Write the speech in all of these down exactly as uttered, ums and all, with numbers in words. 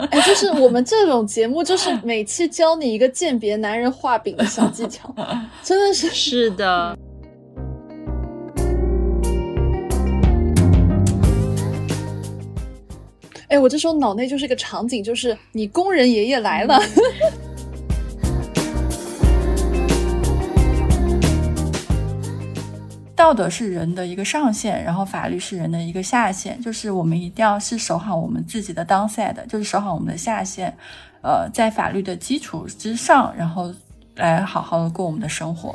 哎，就是我们这种节目，就是每期教你一个鉴别男人画饼的小技巧，真的是是的。 哎，我这时候脑内就是一个场景，就是你工人爷爷来了。 道德是人的一个上限，然后法律是人的一个下限，就是我们一定要是守好我们自己的 downside， 就是守好我们的下限，呃，在法律的基础之上，然后来好好的过我们的生活。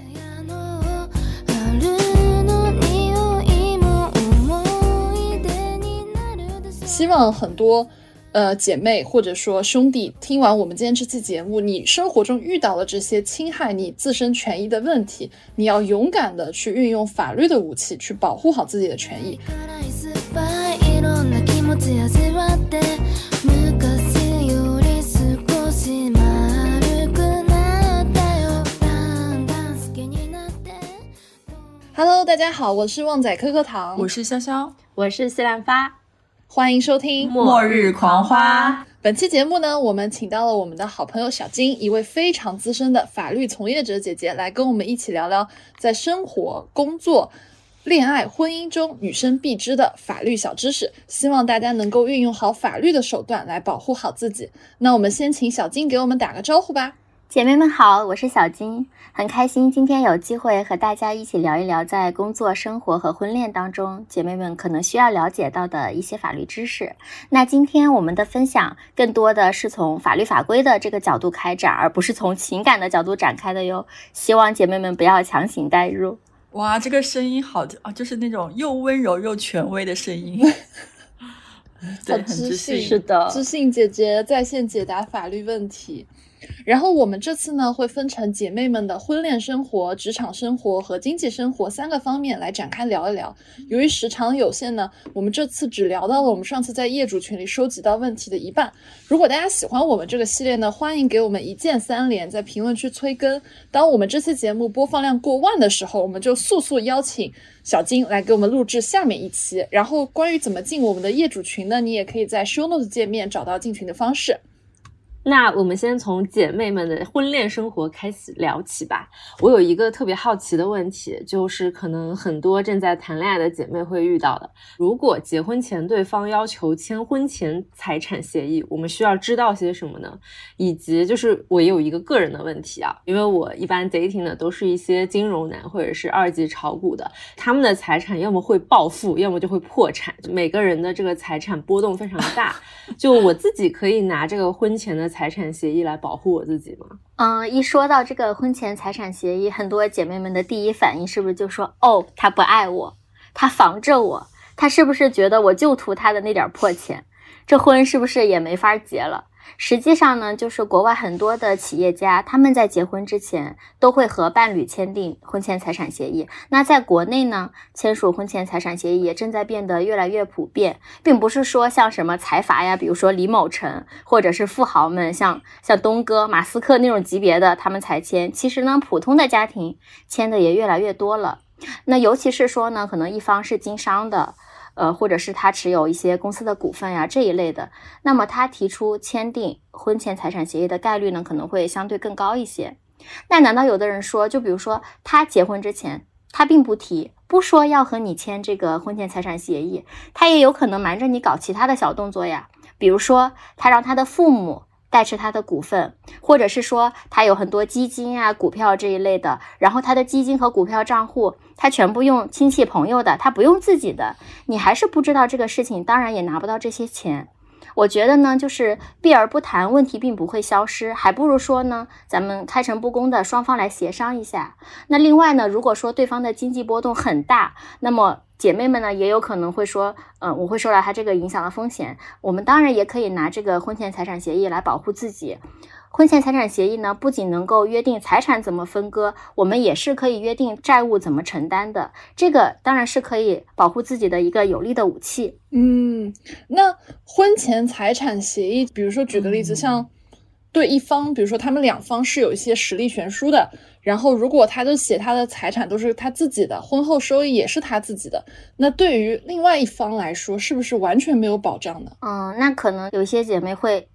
希望很多呃姐妹或者说兄弟听完我们今天这期节目，你生活中遇到了这些侵害你自身权益的问题，你要勇敢的去运用法律的武器去保护好自己的权益。Hello， 大家好，我是旺仔可可糖， 我是潇潇， 我是西兰花， 欢迎收听末日狂花。 本期节目呢，我们请到了我们的好朋友小金，一位非常资深的法律从业者姐姐，来跟我们一起聊聊在生活、工作、恋爱、婚姻中女生必知的法律小知识，希望大家能够运用好法律的手段来保护好自己。那我们先请小金给我们打个招呼吧。 姐妹们好，我是小金，很开心今天有机会和大家一起聊一聊在工作、生活和婚恋当中姐妹们可能需要了解到的一些法律知识。那今天我们的分享更多的是从法律法规的这个角度开展，而不是从情感的角度展开的哟，希望姐妹们不要强行带入。 哇，这个声音好啊，就是那种又温柔又权威的声音。对，很知性。 是的， 知性姐姐在线解答法律问题。然后我们这次呢会分成姐妹们的婚恋生活、职场生活和经济生活三个方面来展开聊一聊。由于时长有限呢，我们这次只聊到了我们上次在业主群里收集到问题的一半。如果大家喜欢我们这个系列呢，欢迎给我们一键三连，在评论区催更。当我们这期节目播放量过万的时候，我们就速速邀请小金来给我们录制下面一期。然后关于怎么进我们的业主群呢，你也可以在 show notes 界面找到进群的方式。 那我们先从姐妹们的婚恋生活开始聊起吧。我有一个特别好奇的问题，就是可能很多正在谈恋爱的姐妹会遇到的，如果结婚前对方要求签婚前财产协议，我们需要知道些什么呢？以及就是我也有一个个人的问题啊，因为我一般 dating 的都是一些金融男或者是二级炒股的，他们的财产要么会暴富，要么就会破产，每个人的这个财产波动非常大。就我自己可以拿这个婚前的财产协议来保护我自己吗？ 嗯，一说到这个婚前财产协议，很多姐妹们的第一反应是不是就说，哦，他不爱我，他防着我，他是不是觉得我就图他的那点破钱，这婚是不是也没法结了？实际上呢，就是国外很多的企业家，他们在结婚之前都会和伴侣签订婚前财产协议。那在国内呢，签署婚前财产协议也正在变得越来越普遍，并不是说像什么财阀呀，比如说李某成，或者是富豪们，像像东哥、马斯克那种级别的他们才签。其实呢，普通的家庭签的也越来越多了。那尤其是说呢，可能一方是经商的，呃，或者是他持有一些公司的股份呀这一类的，那么他提出签订婚前财产协议的概率呢，可能会相对更高一些。那难道有的人说，就比如说他结婚之前，他并不提，不说要和你签这个婚前财产协议，他也有可能瞒着你搞其他的小动作呀，比如说他让他的父母代持他的股份，或者是说他有很多基金啊、股票这一类的，然后他的基金和股票账户他全部用亲戚朋友的，他不用自己的，你还是不知道这个事情，当然也拿不到这些钱。我觉得呢，就是避而不谈，问题并不会消失，还不如说呢，咱们开诚布公的双方来协商一下。那另外呢，如果说对方的经济波动很大，那么姐妹们呢也有可能会说，嗯、呃，我会受到他这个影响的风险。我们当然也可以拿这个婚前财产协议来保护自己。婚前财产协议呢，不仅能够约定财产怎么分割，我们也是可以约定债务怎么承担的。这个当然是可以保护自己的一个有力的武器。 嗯，那婚前财产协议，比如说举个例子， 嗯、 像对一方，比如说他们两方是有一些实力悬殊的，然后如果他就写他的财产都是他自己的，婚后收益也是他自己的，那对于另外一方来说，是不是完全没有保障呢？ 嗯，那可能有些姐妹会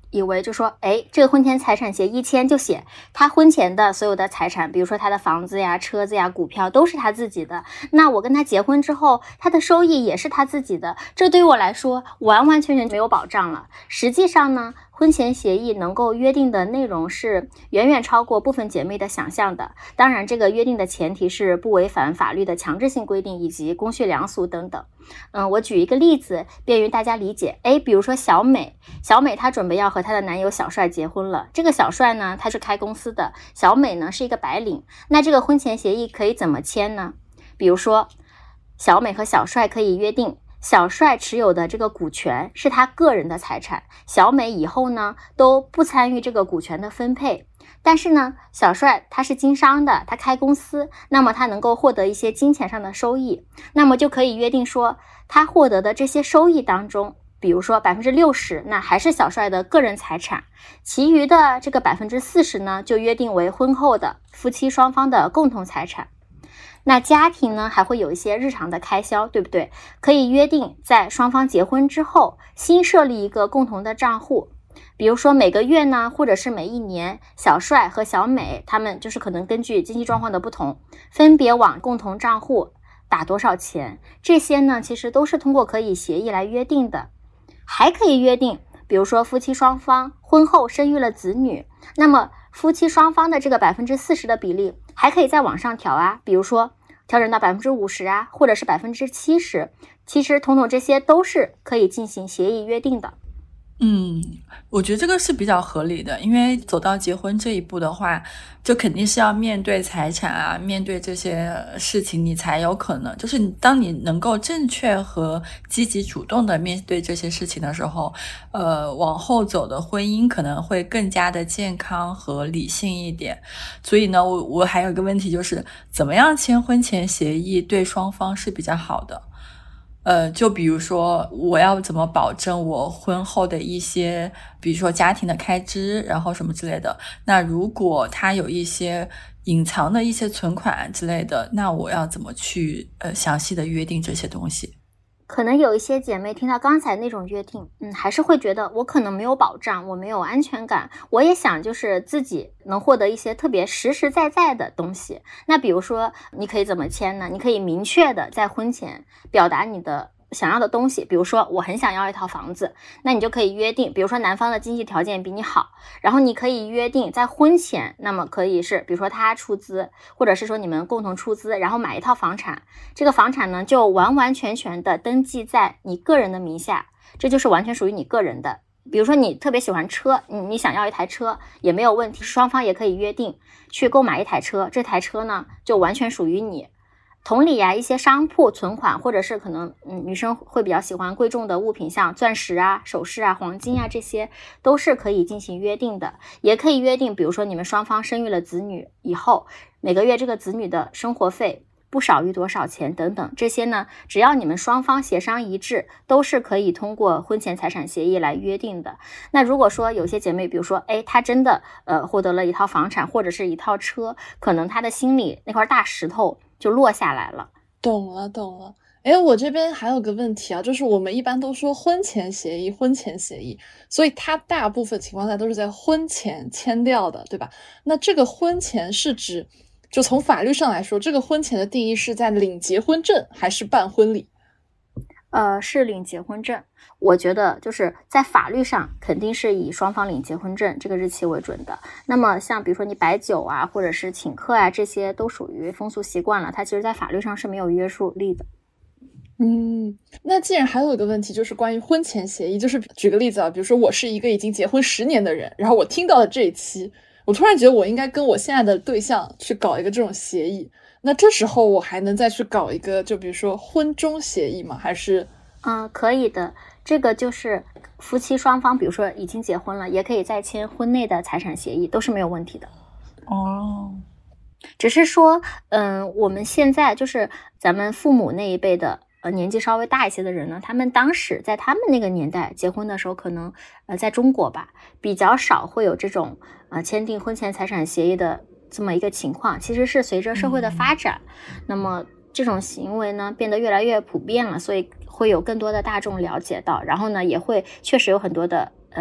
以为就说，哎，这个婚前财产协议签就写他婚前的所有的财产，比如说他的房子呀、车子呀、股票都是他自己的，那我跟他结婚之后，他的收益也是他自己的，这对于我来说完完全全没有保障了。实际上呢，婚前协议能够约定的内容是远远超过部分姐妹的想象的。当然，这个约定的前提是不违反法律的强制性规定以及公序良俗等等。嗯，我举一个例子，便于大家理解。哎，比如说小美，小美她准备要和她的男友小帅结婚了。这个小帅呢，他是开公司的，小美呢是一个白领。那这个婚前协议可以怎么签呢？比如说，小美和小帅可以约定，小帅持有的这个股权是他个人的财产，小美以后呢都不参与这个股权的分配。但是呢，小帅他是经商的，他开公司，那么他能够获得一些金钱上的收益，那么就可以约定说，他获得的这些收益当中，比如说 百分之六十 那还是小帅的个人财产，其余的这个 百分之四十 呢就约定为婚后的夫妻双方的共同财产。那家庭呢还会有一些日常的开销，对不对？可以约定在双方结婚之后新设立一个共同的账户，比如说每个月呢，或者是每一年，小帅和小美他们就是可能根据经济状况的不同，分别往共同账户打多少钱，这些呢其实都是通过可以协议来约定的。还可以约定，比如说夫妻双方婚后生育了子女，那么夫妻双方的这个 百分之四十 的比例还可以再往上调啊，比如说调整到 百分之五十 啊，或者是 百分之七十， 其实统统这些都是可以进行协议约定的。 嗯，我觉得这个是比较合理的，因为走到结婚这一步的话，就肯定是要面对财产啊，面对这些事情，你才有可能，就是你当你能够正确和积极主动的面对这些事情的时候，呃，往后走的婚姻可能会更加的健康和理性一点。所以呢，我我还有一个问题，就是怎么样签婚前协议对双方是比较好的？呃，就比如说我要怎么保证我婚后的一些，比如说家庭的开支，然后什么之类的。那如果他有一些隐藏的一些存款之类的，那我要怎么去呃详细的约定这些东西？ 可能有一些姐妹听到刚才那种约定，嗯，还是会觉得我可能没有保障，我没有安全感，我也想就是自己能获得一些特别实实在在的东西。那比如说你可以怎么签呢？你可以明确的在婚前表达你的想要的东西，比如说我很想要一套房子，那你就可以约定，比如说男方的经济条件比你好，然后你可以约定在婚前，那么可以是比如说他出资，或者是说你们共同出资，然后买一套房产，这个房产呢就完完全全的登记在你个人的名下，这就是完全属于你个人的。比如说你特别喜欢车，你你想要一台车也没有问题，双方也可以约定去购买一台车，这台车呢就完全属于你。同理啊，一些商铺存款，或者是可能嗯女生会比较喜欢贵重的物品，像钻石啊、首饰啊、黄金啊，这些都是可以进行约定的。也可以约定，比如说你们双方生育了子女以后，每个月这个子女的生活费不少于多少钱等等，这些呢只要你们双方协商一致，都是可以通过婚前财产协议来约定的。那如果说有些姐妹比如说哎，她真的呃获得了一套房产或者是一套车，可能她的心里那块大石头就落下来了。 懂了懂了。诶，我这边还有个问题啊，就是我们一般都说婚前协议婚前协议，所以它大部分情况下都是在婚前签掉的，对吧？那这个婚前是指就从法律上来说，这个婚前的定义是在领结婚证还是办婚礼？ 呃，是领结婚证。我觉得就是在法律上肯定是以双方领结婚证这个日期为准的。那么像比如说你摆酒啊，或者是请客啊，这些都属于风俗习惯了，它其实在法律上是没有约束力的。 嗯，那既然还有一个问题就是关于婚前协议，就是举个例子啊，比如说我是一个已经结婚十年的人，然后我听到了这一期，我突然觉得我应该跟我现在的对象去搞一个这种协议，那这时候我还能再去搞一个就比如说婚中协议吗？还是嗯、呃，可以的。这个就是夫妻双方比如说已经结婚了，也可以再签婚内的财产协议，都是没有问题的。 哦， 只是说嗯、呃，我们现在就是咱们父母那一辈的呃，年纪稍微大一些的人呢，他们当时在他们那个年代结婚的时候，可能呃在中国吧比较少会有这种呃签订婚前财产协议的这么一个情况。其实是随着社会的发展，嗯、那么这种行为呢变得越来越普遍了，所以会有更多的大众了解到，然后呢也会确实有很多的呃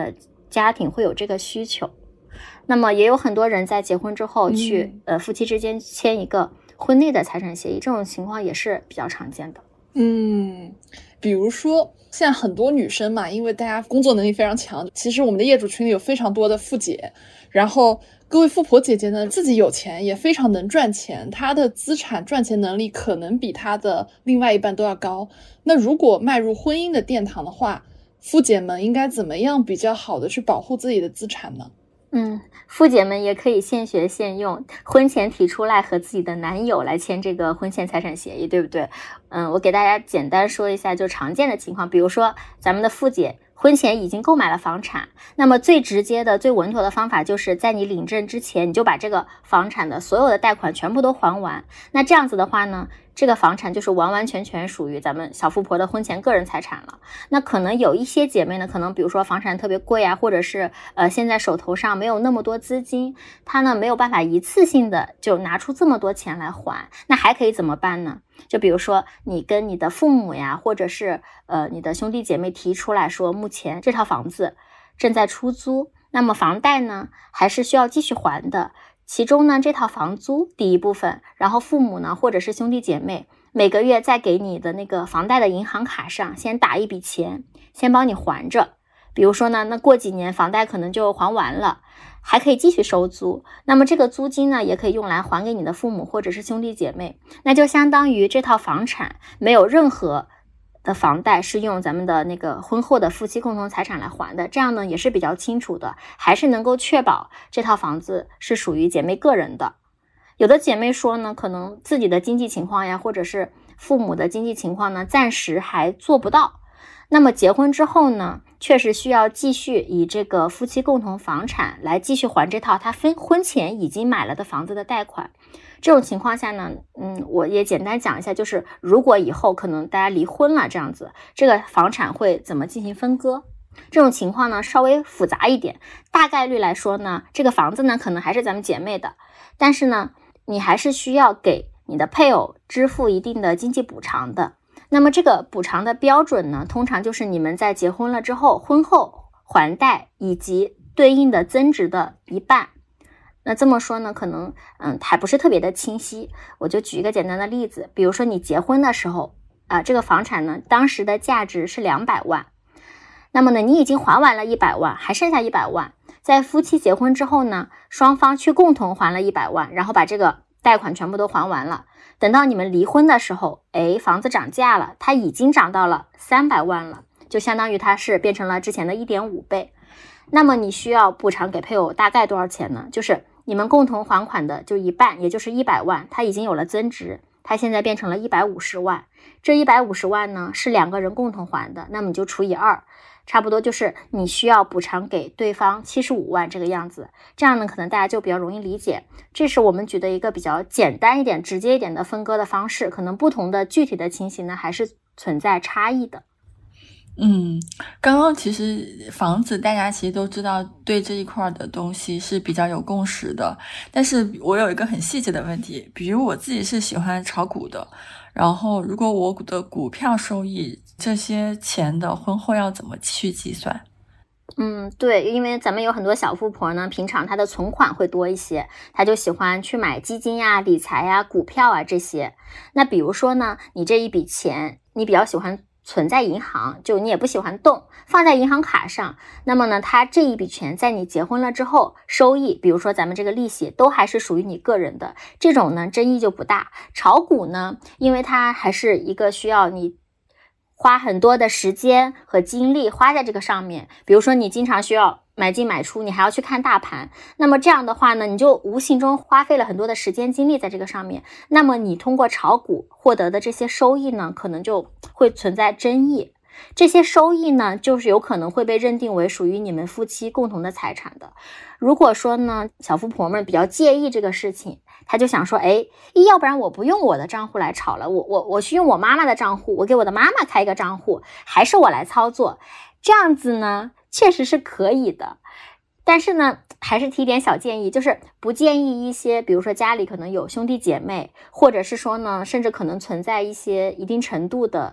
家庭会有这个需求。那么也有很多人在结婚之后去、嗯、呃夫妻之间签一个婚内的财产协议，这种情况也是比较常见的。 嗯，比如说现在很多女生嘛，因为大家工作能力非常强，其实我们的业主群里有非常多的富姐，然后各位富婆姐姐呢自己有钱，也非常能赚钱，她的资产赚钱能力可能比她的另外一半都要高。那如果迈入婚姻的殿堂的话，富姐们应该怎么样比较好的去保护自己的资产呢？ 嗯，富姐们也可以现学现用，婚前提出来和自己的男友来签这个婚前财产协议，对不对？嗯，我给大家简单说一下就常见的情况，比如说咱们的富姐婚前已经购买了房产，那么最直接的最稳妥的方法就是在你领证之前，你就把这个房产的所有的贷款全部都还完。那这样子的话呢，这个房产就是完完全全属于咱们小富婆的婚前个人财产了。那可能有一些姐妹呢，可能比如说房产特别贵啊，或者是呃现在手头上没有那么多资金，她呢没有办法一次性的就拿出这么多钱来还，那还可以怎么办呢？就比如说你跟你的父母呀，或者是呃你的兄弟姐妹提出来说，目前这套房子正在出租，那么房贷呢还是需要继续还的，其中呢这套房租第一部分，然后父母呢或者是兄弟姐妹每个月再给你的那个房贷的银行卡上先打一笔钱，先帮你还着。比如说呢，那过几年房贷可能就还完了，还可以继续收租，那么这个租金呢也可以用来还给你的父母或者是兄弟姐妹，那就相当于这套房产没有任何的房贷是用咱们的那个婚后的夫妻共同财产来还的，这样呢也是比较清楚的，还是能够确保这套房子是属于姐妹个人的。有的姐妹说呢，可能自己的经济情况呀，或者是父母的经济情况呢，暂时还做不到，那么结婚之后呢，确实需要继续以这个夫妻共同房产来继续还这套他分婚前已经买了的房子的贷款。这种情况下呢，嗯，我也简单讲一下，就是如果以后可能大家离婚了这样子，这个房产会怎么进行分割。这种情况呢稍微复杂一点，大概率来说呢，这个房子呢可能还是咱们姐妹的，但是呢你还是需要给你的配偶支付一定的经济补偿的。那么这个补偿的标准呢，通常就是你们在结婚了之后，婚后还贷以及对应的增值的一半。那这么说呢，可能嗯还不是特别的清晰，我就举一个简单的例子，比如说你结婚的时候啊、呃，这个房产呢当时的价值是两百万，那么呢你已经还完了一百万，还剩下一百万，在夫妻结婚之后呢，双方去共同还了一百万，然后把这个贷款全部都还完了。等到你们离婚的时候，哎，房子涨价了，它已经涨到了三百万了，就相当于它是变成了之前的 一点五倍。那么你需要补偿给配偶大概多少钱呢？就是你们共同还款的就一半，也就是一百万，它已经有了增值，它现在变成了一百五十万。这一百五十万呢是两个人共同还的，那么你就除以二，差不多就是你需要补偿给对方七十五万这个样子。这样呢可能大家就比较容易理解，这是我们举的一个比较简单一点直接一点的分割的方式，可能不同的具体的情形呢还是存在差异的。 嗯，刚刚其实房子大家其实都知道对这一块的东西是比较有共识的，但是我有一个很细节的问题，比如我自己是喜欢炒股的，然后如果我的股票收益这些钱的婚后要怎么去计算？ 嗯，对，因为咱们有很多小富婆呢，平常她的存款会多一些，她就喜欢去买基金呀、理财呀、股票啊这些。那比如说呢，你这一笔钱你比较喜欢存在银行，就你也不喜欢动，放在银行卡上，那么呢它这一笔钱在你结婚了之后收益，比如说咱们这个利息都还是属于你个人的，这种呢争议就不大。炒股呢，因为它还是一个需要你花很多的时间和精力花在这个上面，比如说你经常需要买进买出，你还要去看大盘，那么这样的话呢，你就无形中花费了很多的时间精力在这个上面，那么你通过炒股获得的这些收益呢，可能就会存在争议。这些收益呢，就是有可能会被认定为属于你们夫妻共同的财产的。如果说呢，小富婆们比较介意这个事情，他就想说，哎，要不然我不用我的账户来炒了，我我我去用我妈妈的账户，我给我的妈妈开一个账户，还是我来操作，这样子呢，确实是可以的。但是呢，还是提点小建议，就是不建议一些，比如说家里可能有兄弟姐妹，或者是说呢，甚至可能存在一些一定程度的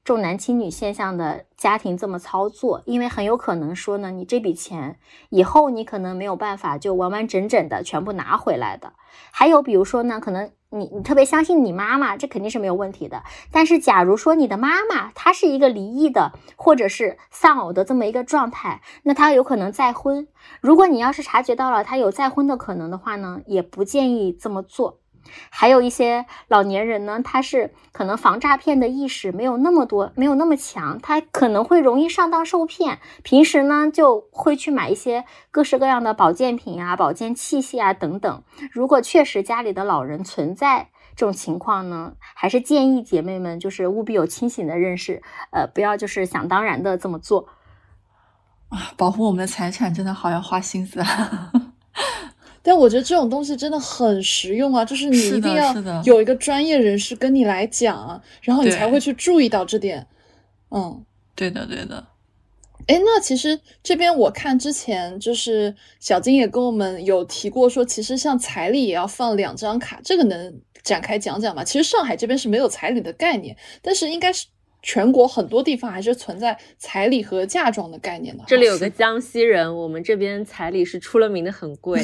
重男轻女现象的家庭这么操作，因为很有可能说呢，你这笔钱以后你可能没有办法就完完整整的全部拿回来的。还有比如说呢，可能你你特别相信你妈妈，这肯定是没有问题的。但是假如说你的妈妈她是一个离异的或者是丧偶的这么一个状态，那她有可能再婚。如果你要是察觉到了她有再婚的可能的话呢，也不建议这么做。还有一些老年人呢，他是可能防诈骗的意识没有那么多，没有那么强，他可能会容易上当受骗，平时呢就会去买一些各式各样的保健品啊、保健器械啊等等。如果确实家里的老人存在这种情况呢，还是建议姐妹们就是务必有清醒的认识，呃，不要就是想当然的这么做。 啊，保护我们的财产真的好要花心思啊。 但我觉得这种东西真的很实用啊，就是你一定要有一个专业人士跟你来讲啊，然后你才会去注意到这点。嗯， 对的对的。 诶，那其实这边我看之前就是小金也跟我们有提过说，其实像彩礼也要放两张卡，这个能展开讲讲吗？其实上海这边是没有彩礼的概念，但是应该是全国很多地方还是存在彩礼和嫁妆的概念的。 这里有个江西人，我们这边彩礼是出了名的很贵。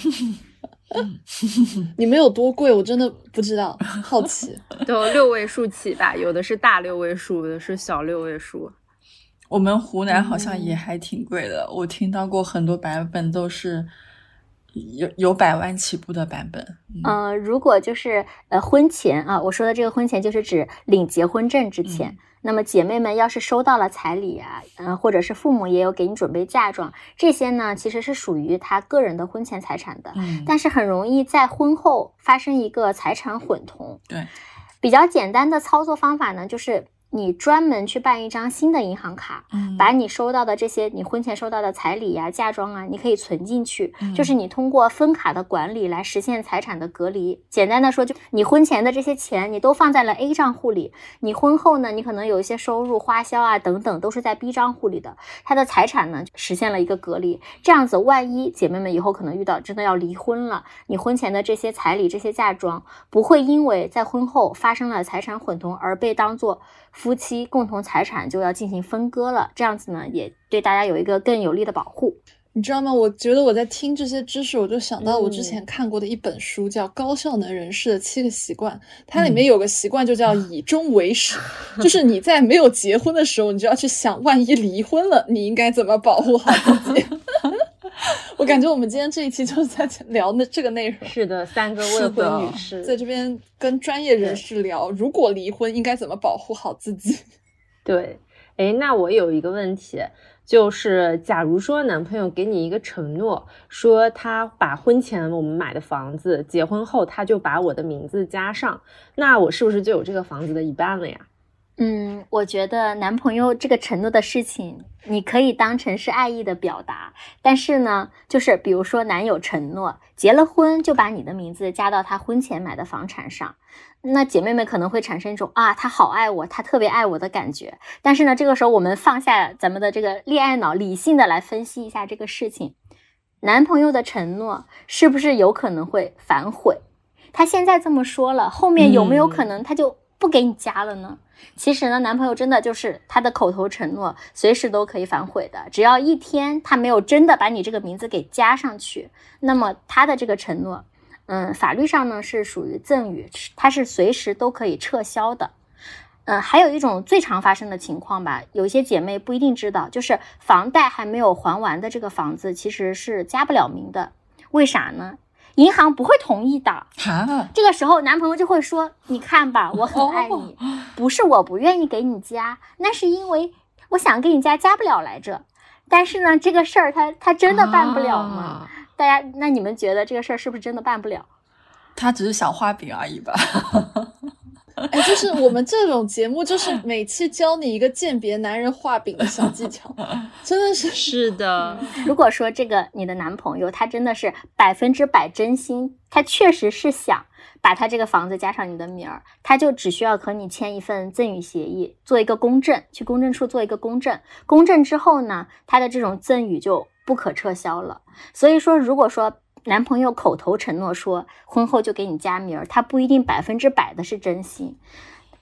你们有多贵？我真的不知道，好奇。 都六位数起吧，有的是大六位数，有的是小六位数。 我们湖南好像也还挺贵的，嗯、我听到过很多版本都是有有百万起步的版本。 嗯、呃，如果就是呃婚前啊，我说的这个婚前就是指领结婚证之前。嗯，那么姐妹们要是收到了彩礼啊，呃，或者是父母也有给你准备嫁妆，这些呢其实是属于他个人的婚前财产的， 嗯， 但是很容易在婚后发生一个财产混同。 对， 比较简单的操作方法呢，就是你专门去办一张新的银行卡， 嗯， 把你收到的这些你婚前收到的彩礼啊、嫁妆啊，你可以存进去， 嗯， 就是你通过分卡的管理来实现财产的隔离。简单的说，就你婚前的这些钱你都放在了 A 账户里，你婚后呢，你可能有一些收入、花销啊等等都是在 B 账户里的，它的财产呢实现了一个隔离。这样子万一姐妹们以后可能遇到真的要离婚了，你婚前的这些彩礼、这些嫁妆不会因为在婚后发生了财产混同而被当作夫妻共同财产就要进行分割了，这样子呢也对大家有一个更有力的保护。 你知道吗？我觉得我在听这些知识，我就想到我之前看过的一本书，叫《高效能人士的七个习惯》，它里面有个习惯就叫以终为始，嗯，就是你在没有结婚的时候，你就要去想，万一离婚了，你应该怎么保护好自己。我感觉我们今天这一期就是在聊的这个内容。 是的，三个未婚女士在这边跟专业人士聊，如果离婚应该怎么保护好自己。 对，诶，那我有一个问题，就是假如说男朋友给你一个承诺，说他把婚前我们买的房子，结婚后他就把我的名字加上，那我是不是就有这个房子的一半了呀？ 嗯，我觉得男朋友这个承诺的事情，你可以当成是爱意的表达，但是呢，就是比如说男友承诺结了婚就把你的名字加到他婚前买的房产上，那姐妹们可能会产生一种啊，他好爱我，他特别爱我的感觉。但是呢，这个时候我们放下咱们的这个恋爱脑，理性的来分析一下这个事情，男朋友的承诺是不是有可能会反悔？他现在这么说了，后面有没有可能他就不给你加了呢？嗯，其实呢，男朋友真的就是他的口头承诺随时都可以反悔的，只要一天他没有真的把你这个名字给加上去，那么他的这个承诺嗯，法律上呢是属于赠与，它是随时都可以撤销的。嗯，还有一种最常发生的情况吧，有一些姐妹不一定知道，就是房贷还没有还完的这个房子其实是加不了名的。为啥呢？银行不会同意的。这个时候男朋友就会说，你看吧，我很爱你，不是我不愿意给你加，那是因为我想给你加加不了来着。但是呢，这个事儿他他真的办不了吗？啊，大家那你们觉得这个事儿是不是真的办不了？ 他只是想画饼而已吧。 哎，就是我们这种节目，就是每期教你一个鉴别男人画饼的小技巧，真的是是的。 如果说这个你的男朋友他真的是百分之百真心，他确实是想把他这个房子加上你的名儿，他就只需要和你签一份赠与协议，做一个公证，去公证处做一个公证，公证之后呢，他的这种赠与就不可撤销了。所以说，如果说男朋友口头承诺说婚后就给你加名儿，他不一定百分之百的是真心。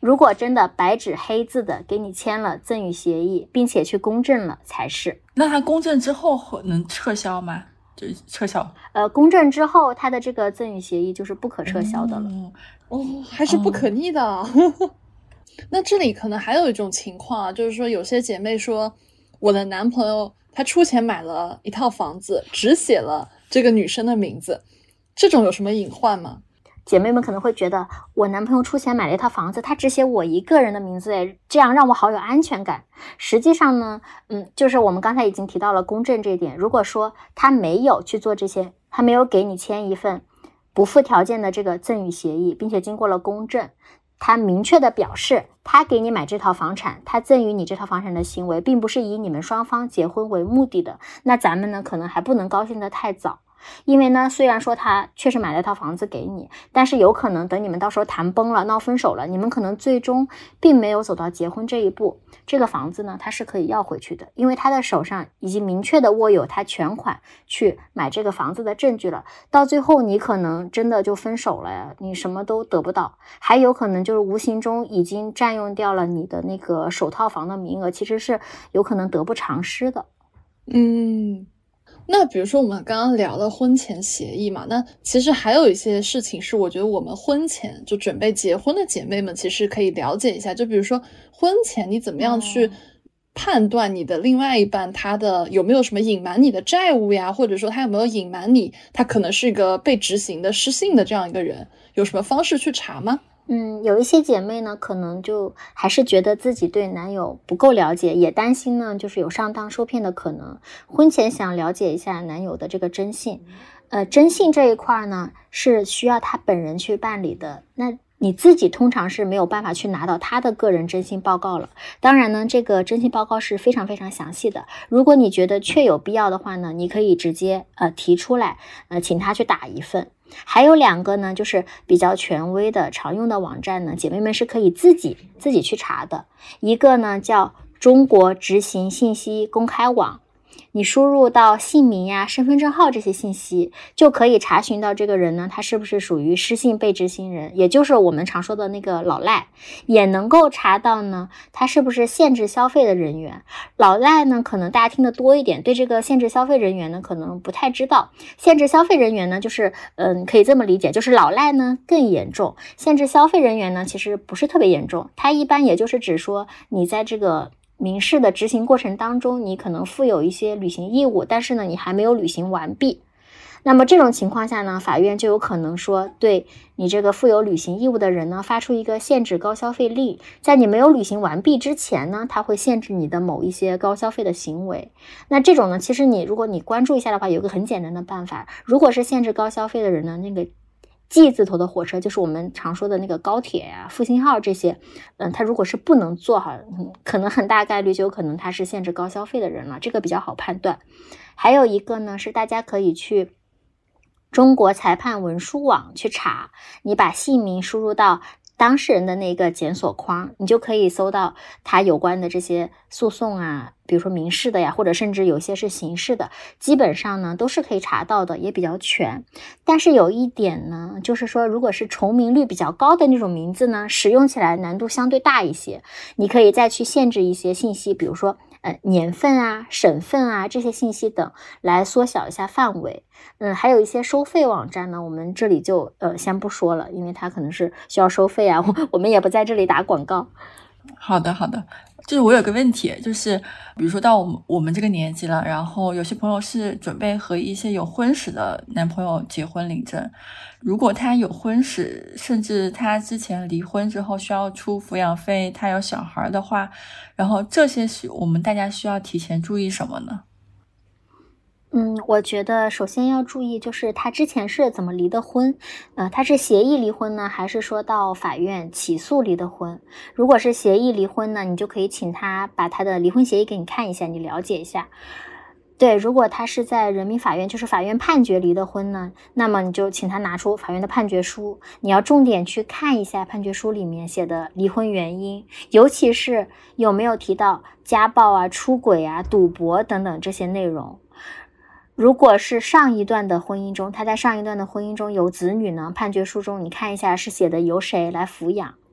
如果真的白纸黑字的给你签了赠与协议，并且去公证了才是。 那他公证之后能撤销吗？就是撤销？ 呃，公证之后，他的这个赠与协议就是不可撤销的了。 哦，哦还是不可逆的。哦、那这里可能还有一种情况啊，就是说有些姐妹说，我的男朋友他出钱买了一套房子，只写了这个女生的名字，这种有什么隐患吗？ 姐妹们可能会觉得，我男朋友出钱买了一套房子，他只写我一个人的名字，诶，这样让我好有安全感。实际上呢，嗯，就是我们刚才已经提到了公证这一点。如果说他没有去做这些，他没有给你签一份不附条件的这个赠与协议，并且经过了公证，他明确的表示他给你买这套房产，他赠与你这套房产的行为并不是以你们双方结婚为目的的，那咱们呢可能还不能高兴得太早。因为呢，虽然说他确实买了套房子给你，但是有可能等你们到时候谈崩了、闹分手了，你们可能最终并没有走到结婚这一步。这个房子呢，他是可以要回去的，因为他的手上已经明确的握有他全款去买这个房子的证据了。到最后你可能真的就分手了呀，你什么都得不到，还有可能就是无形中已经占用掉了你的那个首套房的名额，其实是有可能得不偿失的。 嗯。那比如说我们刚刚聊了婚前协议嘛，那其实还有一些事情是我觉得我们婚前就准备结婚的姐妹们其实可以了解一下，就比如说婚前你怎么样去判断你的另外一半他的有没有什么隐瞒你的债务呀，或者说他有没有隐瞒你他可能是一个被执行的失信的这样一个人，有什么方式去查吗？ 嗯，有一些姐妹呢，可能就还是觉得自己对男友不够了解，也担心呢，就是有上当受骗的可能。婚前想了解一下男友的这个征信，呃，征信这一块呢，是需要他本人去办理的。那你自己通常是没有办法去拿到他的个人征信报告了。当然呢，这个征信报告是非常非常详细的。如果你觉得确有必要的话呢，你可以直接呃提出来，呃，请他去打一份。还有两个呢，就是比较权威的常用的网站呢，姐妹们是可以自己自己去查的。一个呢叫中国执行信息公开网，你输入到姓名呀、身份证号这些信息，就可以查询到这个人呢，他是不是属于失信被执行人，也就是我们常说的那个老赖，也能够查到呢，他是不是限制消费的人员。老赖呢，可能大家听得多一点，对这个限制消费人员呢，可能不太知道。限制消费人员呢，就是嗯，可以这么理解，就是老赖呢更严重，限制消费人员呢其实不是特别严重，它一般也就是指说你在这个民事的执行过程当中，你可能负有一些履行义务，但是呢你还没有履行完毕。那么这种情况下呢，法院就有可能说对你这个负有履行义务的人呢发出一个限制高消费令，在你没有履行完毕之前呢，他会限制你的某一些高消费的行为。那这种呢，其实你如果你关注一下的话，有个很简单的办法，如果是限制高消费的人呢，那个G 字头的火车，就是我们常说的那个高铁呀、复兴号这些，嗯，它如果是不能坐哈，嗯，可能很大概率就有可能他是限制高消费的人了，这个比较好判断。还有一个呢，是大家可以去中国裁判文书网去查，你把姓名输入到当事人的那个检索框，你就可以搜到他有关的这些诉讼啊，比如说民事的呀，或者甚至有些是刑事的，基本上呢都是可以查到的，也比较全。但是有一点呢，就是说如果是重名率比较高的那种名字呢，使用起来难度相对大一些，你可以再去限制一些信息，比如说呃年份啊、省份啊这些信息等，来缩小一下范围。嗯，还有一些收费网站呢，我们这里就呃先不说了，因为它可能是需要收费啊，我我们也不在这里打广告。 好的好的，就是我有个问题，就是比如说到我们我们这个年纪了，然后有些朋友是准备和一些有婚史的男朋友结婚领证，如果他有婚史，甚至他之前离婚之后需要出抚养费，他有小孩的话，然后这些是我们大家需要提前注意什么呢？ 嗯，我觉得首先要注意，就是他之前是怎么离的婚，呃，他是协议离婚呢，还是说到法院起诉离的婚？如果是协议离婚呢，你就可以请他把他的离婚协议给你看一下，你了解一下。对，如果他是在人民法院，就是法院判决离的婚呢，那么你就请他拿出法院的判决书，你要重点去看一下判决书里面写的离婚原因，尤其是有没有提到家暴啊、出轨啊、赌博等等这些内容。如果是上一段的婚姻中，他在上一段的婚姻中有子女呢，判决书中你看一下是写的由谁来抚养。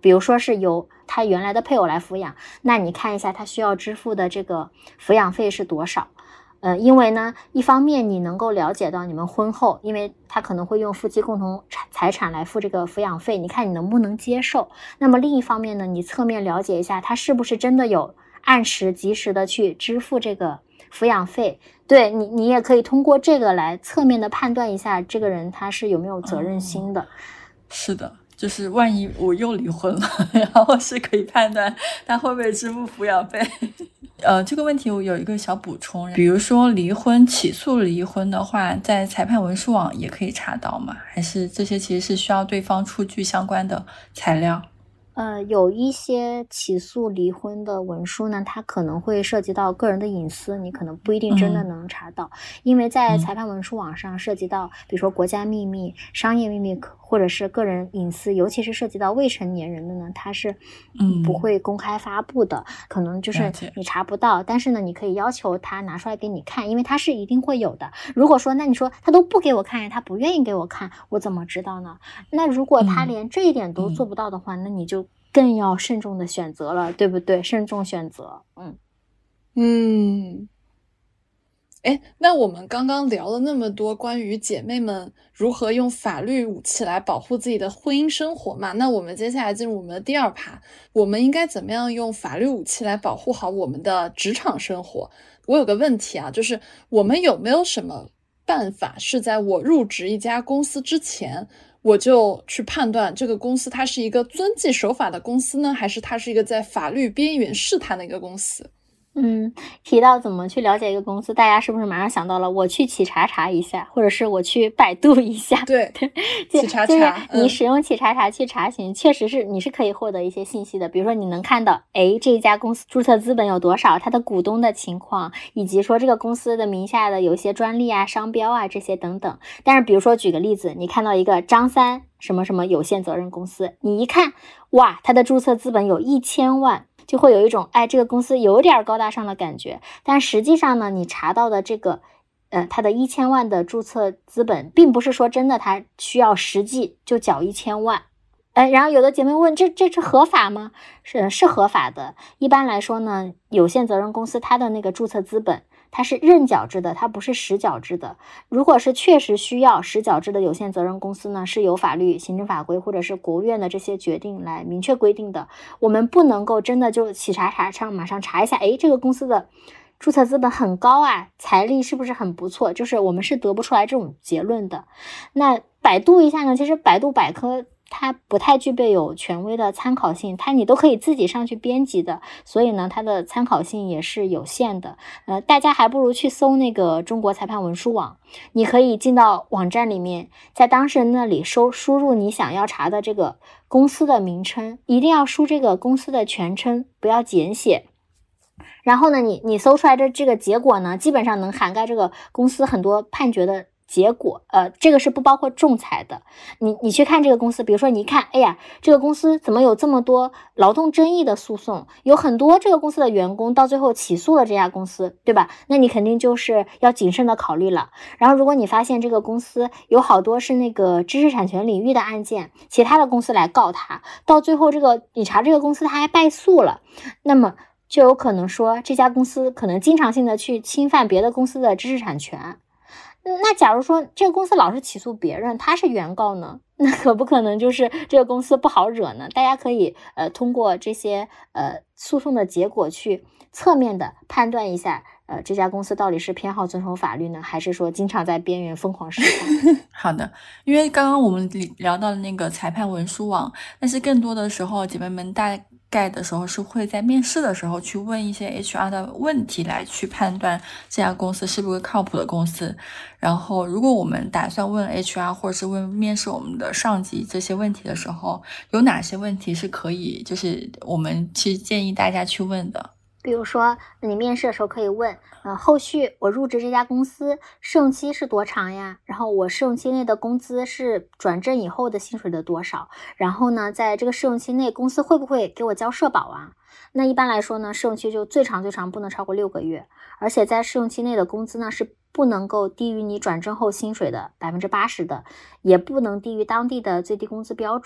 比如说是由他原来的配偶来抚养，那你看一下他需要支付的这个抚养费是多少。呃，因为呢，一方面你能够了解到你们婚后，因为他可能会用夫妻共同财产来付这个抚养费，你看你能不能接受。那么另一方面呢，你侧面了解一下他是不是真的有按时及时的去支付这个抚养费。对你，你也可以通过这个来侧面的判断一下这个人他是有没有责任心的。嗯、 是的。就是万一我又离婚了，然后是可以判断他会不会支付抚养费。呃，这个问题我有一个小补充，比如说离婚起诉离婚的话，在裁判文书网也可以查到吗？还是这些其实是需要对方出具相关的材料？ 呃，有一些起诉离婚的文书呢，它可能会涉及到个人的隐私，你可能不一定真的能查到，嗯、因为在裁判文书网上涉及到，比如说国家秘密、商业秘密，或者是个人隐私，尤其是涉及到未成年人的呢，它是不会公开发布的，嗯、可能就是你查不到，但是呢，你可以要求他拿出来给你看，因为他是一定会有的。如果说，那你说他都不给我看呀，他不愿意给我看，我怎么知道呢？那如果他连这一点都做不到的话，嗯、那你就更要慎重的选择了，对不对？慎重选择。嗯嗯，哎，那我们刚刚聊了那么多关于姐妹们如何用法律武器来保护自己的婚姻生活嘛，那我们接下来进入我们的第二趴，我们应该怎么样用法律武器来保护好我们的职场生活？我有个问题啊，就是我们有没有什么办法是在我入职一家公司之前，我就去判断这个公司它是一个遵纪守法的公司呢，还是它是一个在法律边缘试探的一个公司？ 嗯，提到怎么去了解一个公司，大家是不是马上想到了我去企查查一下，或者是我去百度一下？ 对，企查查， 就是你使用企查查去查询，嗯、确实是你是可以获得一些信息的。比如说你能看到，哎，这家公司注册资本有多少，它的股东的情况，以及说这个公司的名下的有些专利啊、商标啊这些等等。但是比如说举个例子，你看到一个张三什么什么有限责任公司，你一看，哇，它的注册资本有一千万。就会有一种哎，这个公司有点高大上的感觉，但实际上呢，你查到的这个，呃，它的一千万的注册资本，并不是说真的，它需要实际就缴一千万。哎，然后有的姐妹问，这这是合法吗？是是合法的。一般来说呢，有限责任公司它的那个注册资本，它是认缴制的，它不是实缴制的。如果是确实需要实缴制的有限责任公司呢，是由法律、行政法规或者是国务院的这些决定来明确规定的。我们不能够真的就企查查上马上查一下，诶，这个公司的注册资本很高啊，财力是不是很不错？就是我们是得不出来这种结论的。那百度一下呢，其实百度百科它不太具备有权威的参考性，它你都可以自己上去编辑的，所以呢，它的参考性也是有限的。呃，大家还不如去搜那个中国裁判文书网，你可以进到网站里面，在当事人那里收输入你想要查的这个公司的名称，一定要输这个公司的全称，不要简写。然后呢，你你搜出来的这个结果呢，基本上能涵盖这个公司很多判决的结果，呃，这个是不包括仲裁的。你你去看这个公司，比如说你一看，哎呀，这个公司怎么有这么多劳动争议的诉讼，有很多这个公司的员工到最后起诉了这家公司，对吧？那你肯定就是要谨慎的考虑了。然后如果你发现这个公司有好多是那个知识产权领域的案件，其他的公司来告他，到最后这个你查这个公司他还败诉了，那么就有可能说这家公司可能经常性的去侵犯别的公司的知识产权。那假如说这个公司老是起诉别人，他是原告呢，那可不可能就是这个公司不好惹呢？大家可以呃通过这些呃诉讼的结果去侧面的判断一下，呃这家公司到底是偏好遵守法律呢，还是说经常在边缘疯狂试探？ 好的，因为刚刚我们聊到的那个裁判文书网，但是更多的时候姐妹们大概的时候是会在面试的时候去问一些 H R 的问题来去判断这家公司是不是靠谱的公司。然后如果我们打算问 H R 或者是问面试我们的上级这些问题的时候，有哪些问题是可以就是我们去建议大家去问的？ 比如说你面试的时候可以问，呃，后续我入职这家公司试用期是多长呀？然后我试用期内的工资是转正以后的薪水的多少？然后呢，在这个试用期内公司会不会给我交社保啊？那一般来说呢，试用期就最长最长不能超过六个月，而且在试用期内的工资呢是不能够低于你转正后薪水的 百分之八十 的，也不能低于当地的最低工资标准。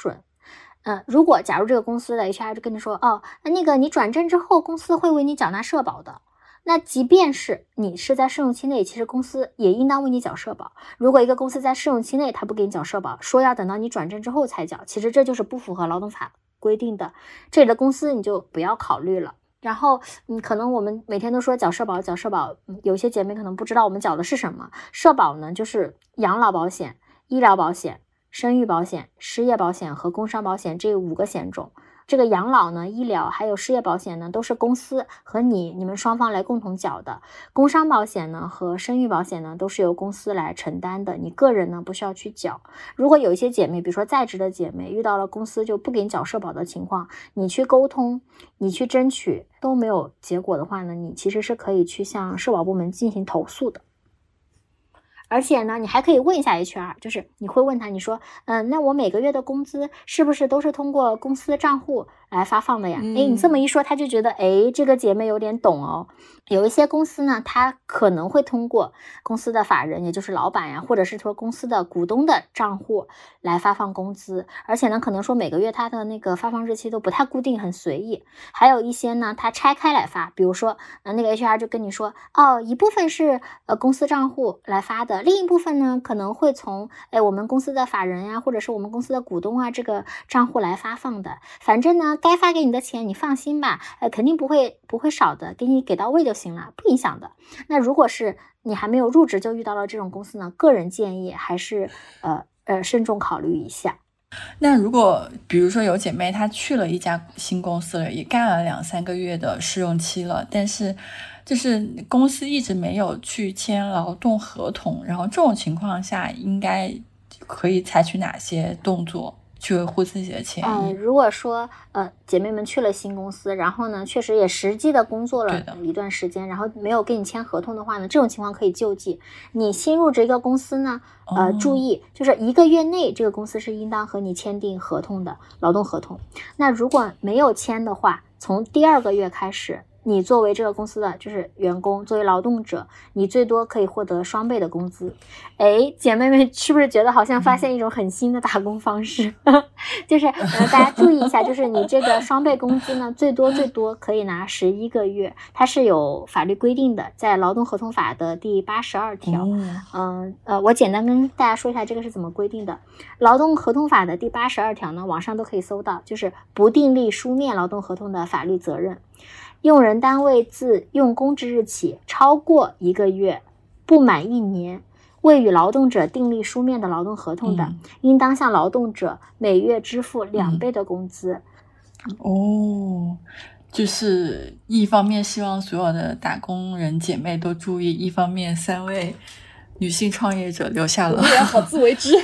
呃，如果假如这个公司的 H R 就跟你说，哦，那个你转正之后，公司会为你缴纳社保的。那即便是你是在试用期内，其实公司也应当为你缴社保。如果一个公司在试用期内他不给你缴社保，说要等到你转正之后才缴，其实这就是不符合劳动法规定的。这里的公司你就不要考虑了。然后，嗯，可能我们每天都说缴社保，缴社保，嗯，有些姐妹可能不知道我们缴的是什么。社保呢，就是养老保险、医疗保险、生育保险、失业保险和工伤保险这五个险种。这个养老呢、医疗还有失业保险呢，都是公司和你你们双方来共同缴的。工伤保险呢和生育保险呢都是由公司来承担的，你个人呢不需要去缴。如果有一些姐妹，比如说在职的姐妹，遇到了公司就不给你缴社保的情况，你去沟通，你去争取都没有结果的话呢，你其实是可以去向社保部门进行投诉的。而且呢，你还可以问一下 H R， 就是你会问他，你说，嗯，那我每个月的工资是不是都是通过公司的账户来发放的呀？嗯、诶，你这么一说，他就觉得，诶，这个姐妹有点懂哦。有一些公司呢，它可能会通过公司的法人，也就是老板呀，或者是说公司的股东的账户来发放工资，而且呢，可能说每个月它的那个发放日期都不太固定，很随意。还有一些呢，它拆开来发，比如说，呃，那个 H R 就跟你说，哦，一部分是呃公司账户来发的，另一部分呢可能会从哎我们公司的法人呀，或者是我们公司的股东啊这个账户来发放的。反正呢，该发给你的钱你放心吧，呃，肯定不会不会少的，给你给到位就行了，不影响的。那如果是你还没有入职就遇到了这种公司呢，个人建议还是呃呃慎重考虑一下。 那如果比如说有姐妹她去了一家新公司了，也干了两三个月的试用期了，但是就是公司一直没有去签劳动合同，然后这种情况下应该可以采取哪些动作去维护自己的权益？ 呃，如果说呃姐妹们去了新公司，然后呢确实也实际的工作了一段时间，然后没有跟你签合同的话呢，这种情况可以救济。你新入职一个公司呢，呃， 哦、 注意就是一个月内这个公司是应当和你签订合同的劳动合同。那如果没有签的话，从第二个月开始，你作为这个公司的就是员工，作为劳动者，你最多可以获得双倍的工资。哎，姐妹们是不是觉得好像发现一种很新的打工方式？嗯、就是呃，大家注意一下，就是你这个双倍工资呢，最多最多可以拿十一个月，它是有法律规定的，在劳动合同法的第八十二条。嗯、呃、呃，我简单跟大家说一下这个是怎么规定的。劳动合同法的第八十二条呢，网上都可以搜到，就是不订立书面劳动合同的法律责任。用人单位自用工之日起超过一个月不满一年未与劳动者订立书面的劳动合同的、嗯、应当向劳动者每月支付两倍的工资、 嗯、哦，就是一方面希望所有的打工人姐妹都注意，一方面三位女性创业者留下了我也好自为之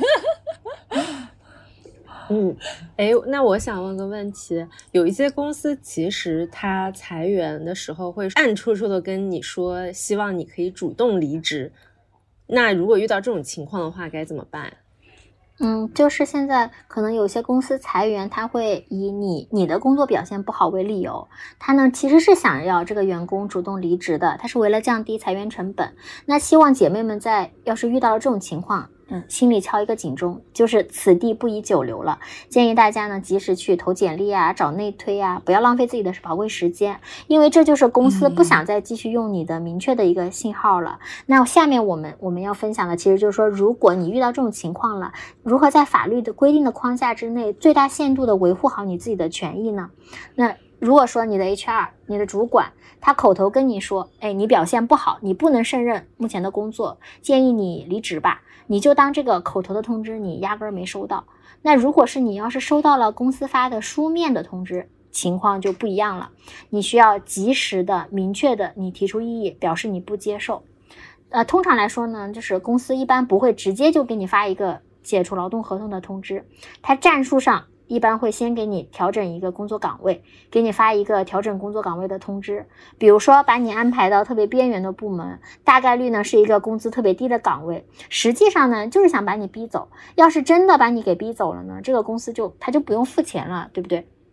嗯，哎，那我想问个问题，有一些公司其实他裁员的时候会暗戳戳的跟你说，希望你可以主动离职。那如果遇到这种情况的话，该怎么办？ 嗯，就是现在可能有些公司裁员，他会以你你的工作表现不好为理由，他呢其实是想要这个员工主动离职的，他是为了降低裁员成本。那希望姐妹们在要是遇到了这种情况，嗯，心里敲一个警钟，就是此地不宜久留了。建议大家呢及时去投简历啊，找内推啊，不要浪费自己的宝贵时间，因为这就是公司不想再继续用你的明确的一个信号了。嗯、那下面我们我们要分享的其实就是说，如果你遇到这种情况了，如何在法律的规定的框架之内，最大限度的维护好你自己的权益呢？那如果说你的 H R 你的主管他口头跟你说，哎，你表现不好，你不能胜任目前的工作，建议你离职吧，你就当这个口头的通知你压根儿没收到。那如果是你要是收到了公司发的书面的通知，情况就不一样了，你需要及时的明确的你提出异议，表示你不接受。呃，通常来说呢，就是公司一般不会直接就给你发一个解除劳动合同的通知，它战术上一般会先给你调整一个工作岗位，给你发一个调整工作岗位的通知，比如说把你安排到特别边缘的部门，大概率呢是一个工资特别低的岗位，实际上呢就是想把你逼走。要是真的把你给逼走了呢，这个公司就他就不用付钱了，对不对？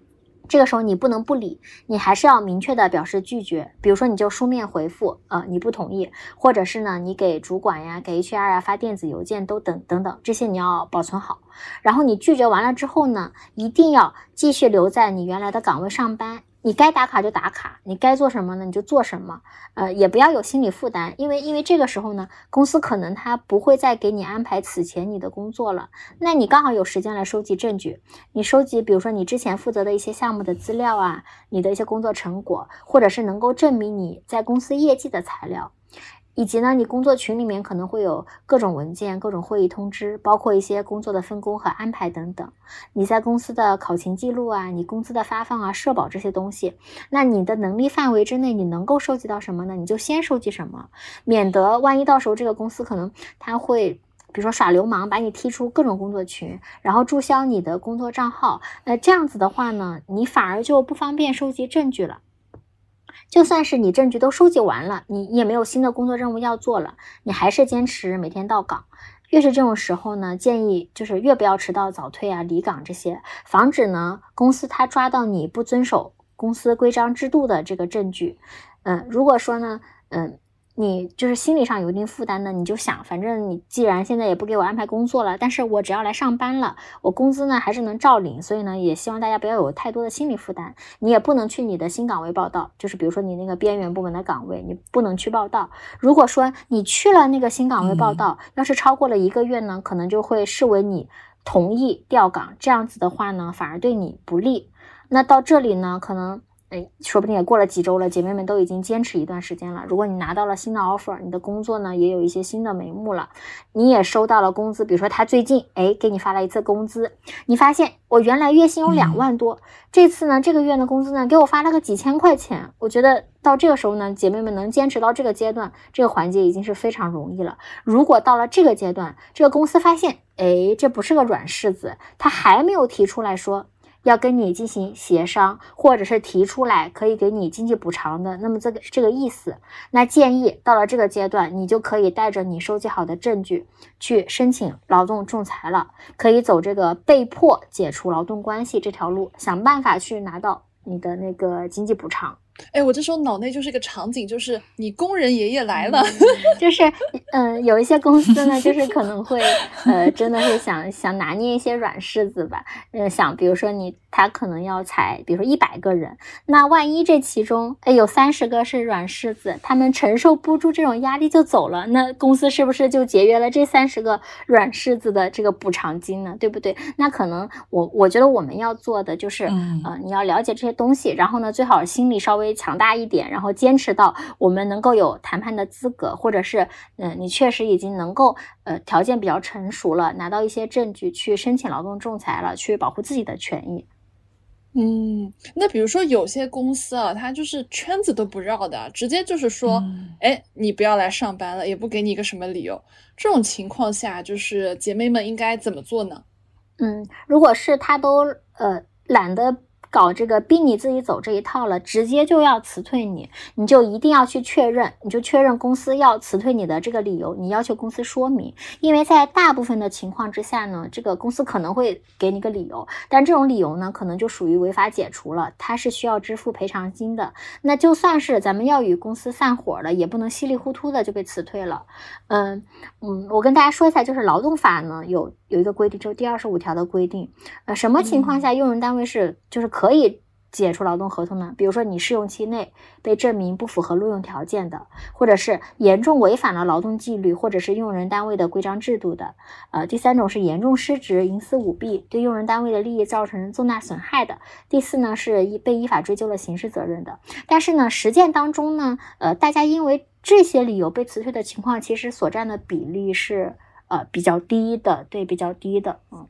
这个时候你不能不理，你还是要明确的表示拒绝。比如说你就书面回复，呃，你不同意，或者是呢，你给主管呀、给 H R 呀发电子邮件都等等等，这些你要保存好。然后你拒绝完了之后呢，一定要继续留在你原来的岗位上班。你该打卡就打卡，你该做什么呢你就做什么，呃，也不要有心理负担，因为因为这个时候呢，公司可能他不会再给你安排此前你的工作了，那你刚好有时间来收集证据，你收集比如说你之前负责的一些项目的资料啊，你的一些工作成果，或者是能够证明你在公司业绩的材料。以及呢，你工作群里面可能会有各种文件、各种会议通知，包括一些工作的分工和安排等等。你在公司的考勤记录啊，你工资的发放啊、社保这些东西，那你的能力范围之内，你能够收集到什么呢？你就先收集什么，免得万一到时候这个公司可能他会比如说耍流氓，把你踢出各种工作群，然后注销你的工作账号，那这样子的话呢，你反而就不方便收集证据了。就算是你证据都收集完了，你也没有新的工作任务要做了，你还是坚持每天到岗。越是这种时候呢，建议就是越不要迟到、早退啊、离岗这些，防止呢公司他抓到你不遵守公司规章制度的这个证据。嗯，如果说呢，嗯。你就是心理上有一定负担的，你就想反正你既然现在也不给我安排工作了，但是我只要来上班了，我工资呢还是能照领，所以呢也希望大家不要有太多的心理负担。你也不能去你的新岗位报到，就是比如说你那个边缘部门的岗位你不能去报到。如果说你去了那个新岗位报到、嗯、要是超过了一个月呢，可能就会视为你同意调岗，这样子的话呢反而对你不利。那到这里呢可能哎，说不定也过了几周了，姐妹们都已经坚持一段时间了。如果你拿到了新的 offer， 你的工作呢也有一些新的眉目了，你也收到了工资，比如说他最近哎给你发了一次工资，你发现我原来月薪有两万多、嗯、这次呢这个月的工资呢给我发了个几千块钱。我觉得到这个时候呢，姐妹们能坚持到这个阶段，这个环节已经是非常容易了。如果到了这个阶段，这个公司发现哎这不是个软柿子，他还没有提出来说要跟你进行协商，或者是提出来可以给你经济补偿的，那么这个这个意思，那建议到了这个阶段，你就可以带着你收集好的证据去申请劳动仲裁了，可以走这个被迫解除劳动关系这条路，想办法去拿到你的那个经济补偿。 哎，我这时候脑内就是一个场景，就是你工人爷爷来了， 嗯、就是嗯、呃，有一些公司呢，就是可能会呃，真的是想想拿捏一些软柿子吧，呃，想比如说你他可能要裁，比如说一百个人，那万一这其中哎有三十个是软柿子，他们承受不住这种压力就走了，那公司是不是就节约了这三十个软柿子的这个补偿金呢？对不对？那可能我我觉得我们要做的就是、嗯、呃，你要了解这些东西，然后呢，最好心理稍微强大一点，然后坚持到我们能够有谈判的资格，或者是嗯、呃，你确实已经能够呃条件比较成熟了，拿到一些证据去申请劳动仲裁了，去保护自己的权益。 嗯，那比如说有些公司啊，它就是圈子都不绕的，直接就是说，哎、嗯，你不要来上班了，也不给你一个什么理由。这种情况下，就是姐妹们应该怎么做呢？ 嗯，如果是他都呃懒得搞这个逼你自己走这一套了，直接就要辞退你，你就一定要去确认，你就确认公司要辞退你的这个理由，你要求公司说明。因为在大部分的情况之下呢，这个公司可能会给你个理由，但这种理由呢可能就属于违法解除了，它是需要支付赔偿金的。那就算是咱们要与公司散伙了，也不能稀里糊涂的就被辞退了。嗯嗯，我跟大家说一下，就是劳动法呢有有一个规定，就是第二十五条的规定，呃，什么情况下用人单位是就是可以解除劳动合同呢？比如说你试用期内被证明不符合录用条件的，或者是严重违反了劳动纪律，或者是用人单位的规章制度的。呃，第三种是严重失职、营私舞弊，对用人单位的利益造成重大损害的。第四呢是依被依法追究了刑事责任的。但是呢，实践当中呢，呃，大家因为这些理由被辞退的情况，其实所占的比例是呃比较低的，对，比较低的，嗯。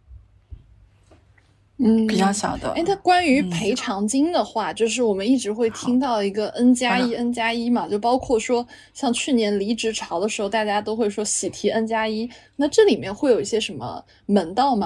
嗯，比较小的。 哎，那关于赔偿金的话、嗯、就是我们一直会听到一个 N 加一 N 加一嘛，就包括说像去年离职潮的时候，大家都会说喜提 N 加一，那这里面会有一些什么门道吗？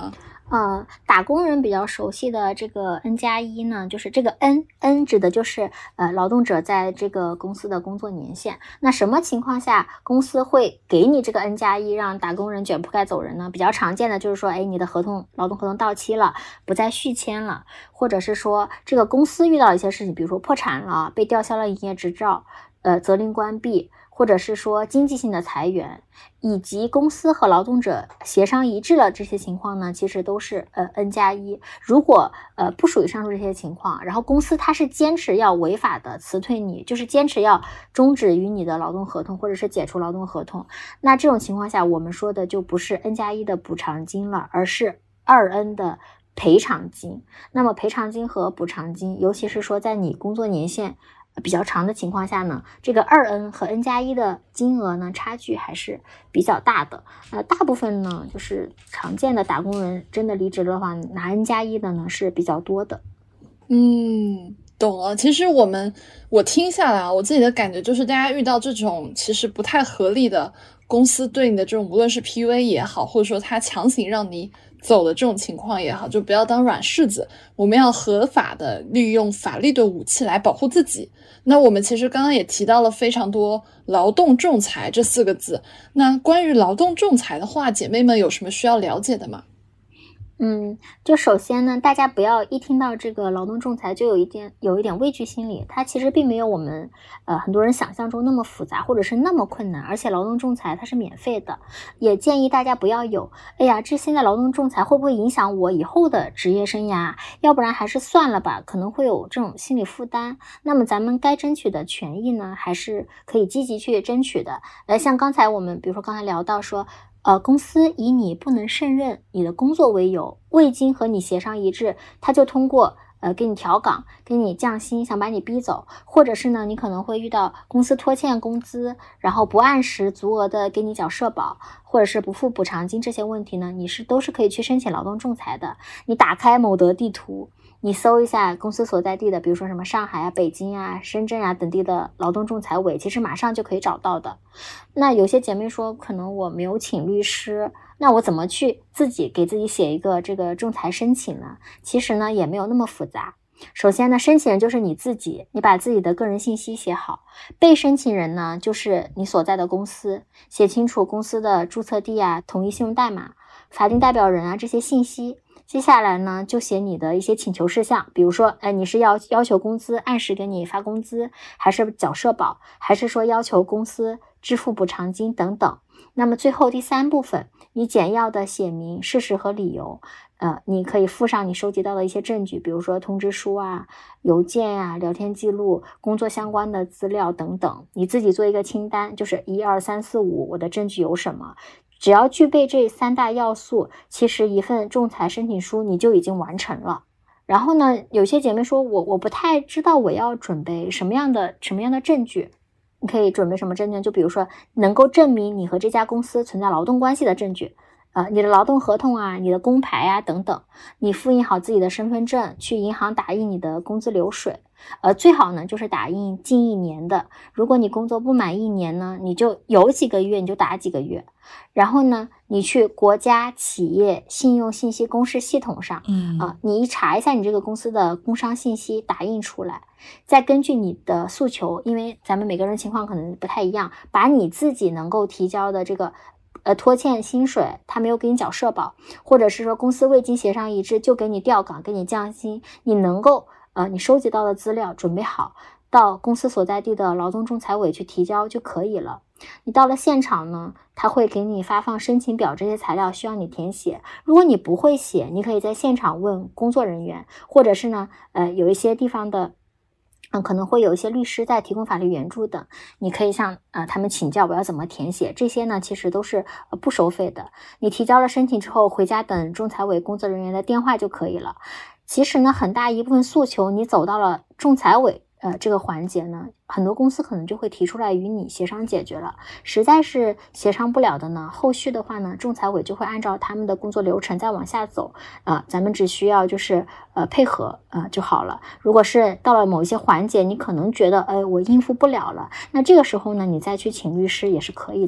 呃，打工人比较熟悉的这个 N 加一呢，就是这个 N N 指的就是呃劳动者在这个公司的工作年限。那什么情况下公司会给你这个 N 加一，让打工人卷铺盖走人呢？比较常见的就是说，哎，你的合同劳动合同到期了，不再续签了，或者是说这个公司遇到一些事情，比如说破产了，被吊销了营业执照，呃，责令关闭。或者是说经济性的裁员，以及公司和劳动者协商一致了这些情况呢，其实都是呃 N 加一。如果呃不属于上述这些情况，然后公司它是坚持要违法的辞退你，就是坚持要终止与你的劳动合同或者是解除劳动合同，那这种情况下我们说的就不是 N 加一的补偿金了，而是二 N 的赔偿金。那么赔偿金和补偿金，尤其是说在你工作年限比较长的情况下呢，这个二 N 和 N 加一的金额呢差距还是比较大的。呃，大部分呢就是常见的打工人真的离职的话，拿 N 加一的呢是比较多的。 嗯，懂了。其实我们我听下来啊，我自己的感觉就是大家遇到这种其实不太合理的公司对你的这种无论是 P U A 也好，或者说他强行让你走的这种情况也好，就不要当软柿子，我们要合法的利用法律的武器来保护自己。那我们其实刚刚也提到了非常多劳动仲裁这四个字，那关于劳动仲裁的话，姐妹们有什么需要了解的吗？ 嗯，就首先呢，大家不要一听到这个劳动仲裁就有一点有一点畏惧心理，它其实并没有我们呃很多人想象中那么复杂或者是那么困难，而且劳动仲裁它是免费的，也建议大家不要有哎呀这现在劳动仲裁会不会影响我以后的职业生涯，要不然还是算了吧，可能会有这种心理负担。那么咱们该争取的权益呢，还是可以积极去争取的。呃，像刚才我们比如说刚才聊到说呃，公司以你不能胜任你的工作为由，未经和你协商一致，他就通过呃给你调岗，给你降薪，想把你逼走，或者是呢，你可能会遇到公司拖欠工资，然后不按时足额的给你缴社保，或者是不付补偿金，这些问题呢，你是都是可以去申请劳动仲裁的。你打开某德地图，你搜一下公司所在地的，比如说什么上海啊、北京啊、深圳啊等地的劳动仲裁委，其实马上就可以找到的。那有些姐妹说，可能我没有请律师，那我怎么去自己给自己写一个这个仲裁申请呢？其实呢，也没有那么复杂。首先呢，申请人就是你自己，你把自己的个人信息写好。被申请人呢，就是你所在的公司，写清楚公司的注册地啊、统一信用代码、法定代表人啊这些信息。接下来呢，就写你的一些请求事项，比如说，哎，你是要要求公司按时给你发工资，还是缴社保，还是说要求公司支付补偿金等等。那么最后第三部分，你简要的写明事实和理由，呃，你可以附上你收集到的一些证据，比如说通知书啊、邮件啊、聊天记录、工作相关的资料等等，你自己做一个清单，就是一二三四五，我的证据有什么？只要具备这三大要素，其实一份仲裁申请书你就已经完成了。然后呢，有些姐妹说我我不太知道我要准备什么样的什么样的证据，你可以准备什么证据？就比如说能够证明你和这家公司存在劳动关系的证据，呃，你的劳动合同啊，你的工牌啊等等，你复印好自己的身份证，去银行打印你的工资流水。呃，最好呢就是打印近一年的，如果你工作不满一年呢，你就有几个月你就打几个月，然后呢你去国家企业信用信息公示系统上， 嗯啊、呃，你一查一下你这个公司的工商信息，打印出来，再根据你的诉求，因为咱们每个人情况可能不太一样，把你自己能够提交的这个呃，拖欠薪水，他没有给你缴社保，或者是说公司未经协商一致就给你调岗，给你降薪，你能够呃，你收集到的资料准备好，到公司所在地的劳动仲裁委去提交就可以了。你到了现场呢，他会给你发放申请表，这些材料需要你填写。如果你不会写，你可以在现场问工作人员，或者是呢，呃，有一些地方的嗯，可能会有一些律师在提供法律援助的，你可以向呃他们请教我要怎么填写，这些呢其实都是呃不收费的。你提交了申请之后，回家等仲裁委工作人员的电话就可以了。其实呢，很大一部分诉求你走到了仲裁委呃这个环节呢，很多公司可能就会提出来与你协商解决了。实在是协商不了的呢，后续的话呢，仲裁委就会按照他们的工作流程再往下走，呃，咱们只需要就是呃配合呃就好了。如果是到了某一些环节，你可能觉得哎我应付不了了，那这个时候呢，你再去请律师也是可以的。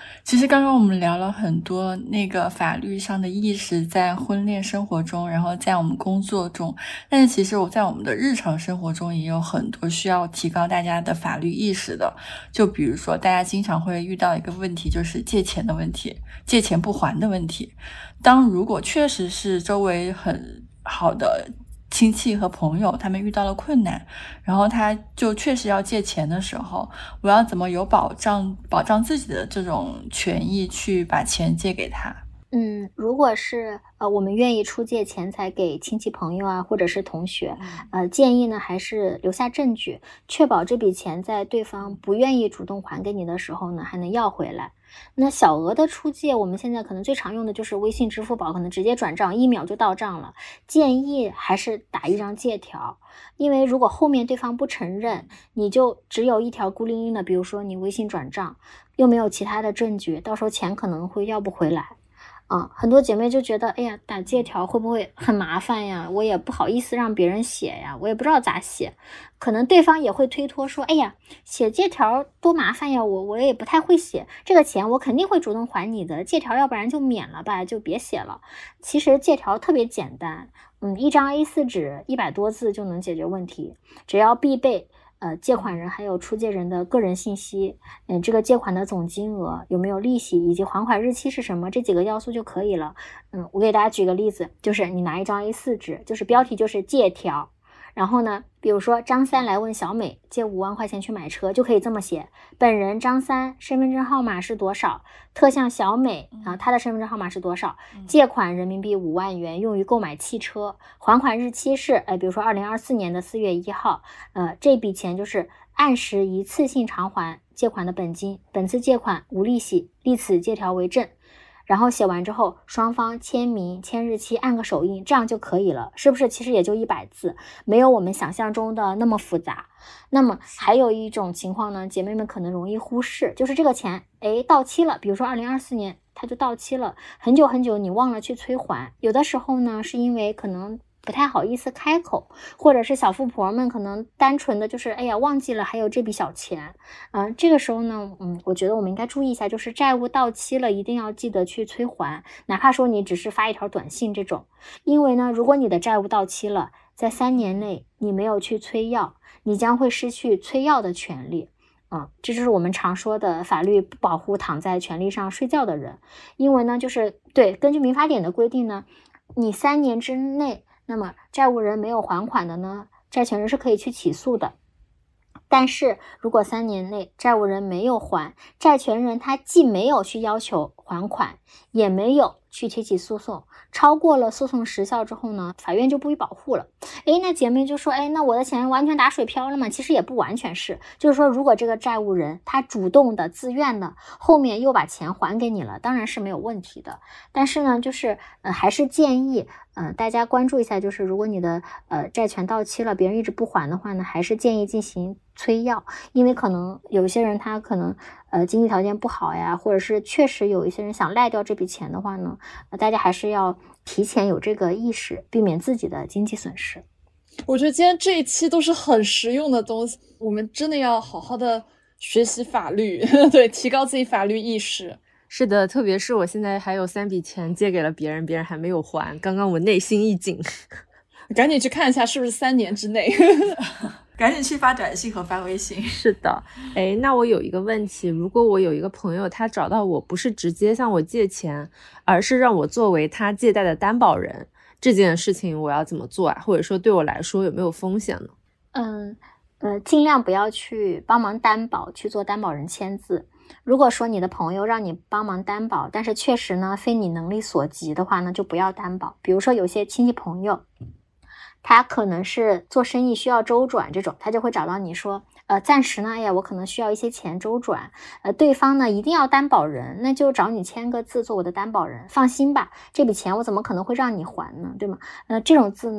其实刚刚我们聊了很多那个法律上的意识在婚恋生活中，然后在我们工作中，但是其实我在我们的日常生活中也有很多需要提高大家的法律意识的。就比如说大家经常会遇到一个问题，就是借钱的问题，借钱不还的问题。当如果确实是周围很好的亲戚和朋友他们遇到了困难，然后他就确实要借钱的时候，我要怎么有保障保障自己的这种权益去把钱借给他。 嗯，如果是呃我们愿意出借钱财给亲戚朋友啊，或者是同学，呃建议呢还是留下证据，确保这笔钱在对方不愿意主动还给你的时候呢还能要回来。那小额的出借，我们现在可能最常用的就是微信支付宝，可能直接转账一秒就到账了。建议还是打一张借条，因为如果后面对方不承认，你就只有一条孤零零的，比如说你微信转账，又没有其他的证据，到时候钱可能会要不回来。啊，很多姐妹就觉得，哎呀，打借条会不会很麻烦呀？我也不好意思让别人写呀，我也不知道咋写。可能对方也会推脱说，哎呀，写借条多麻烦呀，我我也不太会写，这个钱我肯定会主动还你的，借条要不然就免了吧，就别写了。其实借条特别简单，嗯，一张 A 四 纸，一百多字就能解决问题，只要必备呃，借款人还有出借人的个人信息，嗯，这个借款的总金额有没有利息，以及还款日期是什么，这几个要素就可以了。嗯，我给大家举个例子，就是你拿一张 A 四 纸，就是标题就是借条，然后呢，比如说张三来问小美借五万块钱去买车，就可以这么写：本人张三身份证号码是多少？特项小美啊，她的身份证号码是多少？借款人民币五万元，用于购买汽车，还款日期是，哎，比如说二零二四年的四月一号，呃，这笔钱就是按时一次性偿还借款的本金，本次借款无利息，立此借条为证。然后写完之后，双方签名、签日期，按个手印，这样就可以了，是不是？其实也就一百字，没有我们想象中的那么复杂。那么还有一种情况呢，姐妹们可能容易忽视，就是这个钱，哎，到期了，比如说二零二四年它就到期了，很久很久你忘了去催还，有的时候呢，是因为可能不太好意思开口，或者是小富婆们可能单纯的就是哎呀忘记了还有这笔小钱，嗯、呃，这个时候呢，嗯，我觉得我们应该注意一下，就是债务到期了一定要记得去催还，哪怕说你只是发一条短信这种，因为呢，如果你的债务到期了，在三年内你没有去催要，你将会失去催要的权利。嗯，这就是我们常说的法律不保护躺在权利上睡觉的人，因为呢，就是对，根据民法典的规定呢，你三年之内。那么债务人没有还款的呢，债权人是可以去起诉的。但是如果三年内债务人没有还，债权人他既没有去要求还款，也没有去提起诉讼，超过了诉讼时效之后呢，法院就不予保护了。诶，那姐妹就说，诶，那我的钱完全打水漂了吗？其实也不完全是，就是说如果这个债务人他主动的自愿的后面又把钱还给你了，当然是没有问题的。但是呢，就是呃还是建议呃大家关注一下，就是如果你的呃债权到期了，别人一直不还的话呢，还是建议进行催要，因为可能有些人他可能呃经济条件不好呀，或者是确实有一些人想赖掉这笔钱的话呢，呃、大家还是要提前有这个意识，避免自己的经济损失。 我觉得今天这一期都是很实用的东西，我们真的要好好的学习法律，对，提高自己法律意识。 是的，特别是我现在还有三笔钱借给了别人，别人还没有还，刚刚我内心一紧， 赶紧去看一下是不是三年之内。 赶紧去发短信和发微信。 是的，哎，那我有一个问题，如果我有一个朋友，他找到我不是直接向我借钱，而是让我作为他借贷的担保人，这件事情我要怎么做啊？或者说对我来说有没有风险呢？ 嗯呃，尽量不要去帮忙担保，去做担保人签字。如果说你的朋友让你帮忙担保，但是确实呢非你能力所及的话呢，就不要担保。比如说有些亲戚朋友，他可能是做生意需要周转这种，他就会找到你说，呃，暂时呢，哎呀，我可能需要一些钱周转，呃，对方呢一定要担保人，那就找你签个字做我的担保人，放心吧，这笔钱我怎么可能会让你还呢，对吗？呃，这种字呢，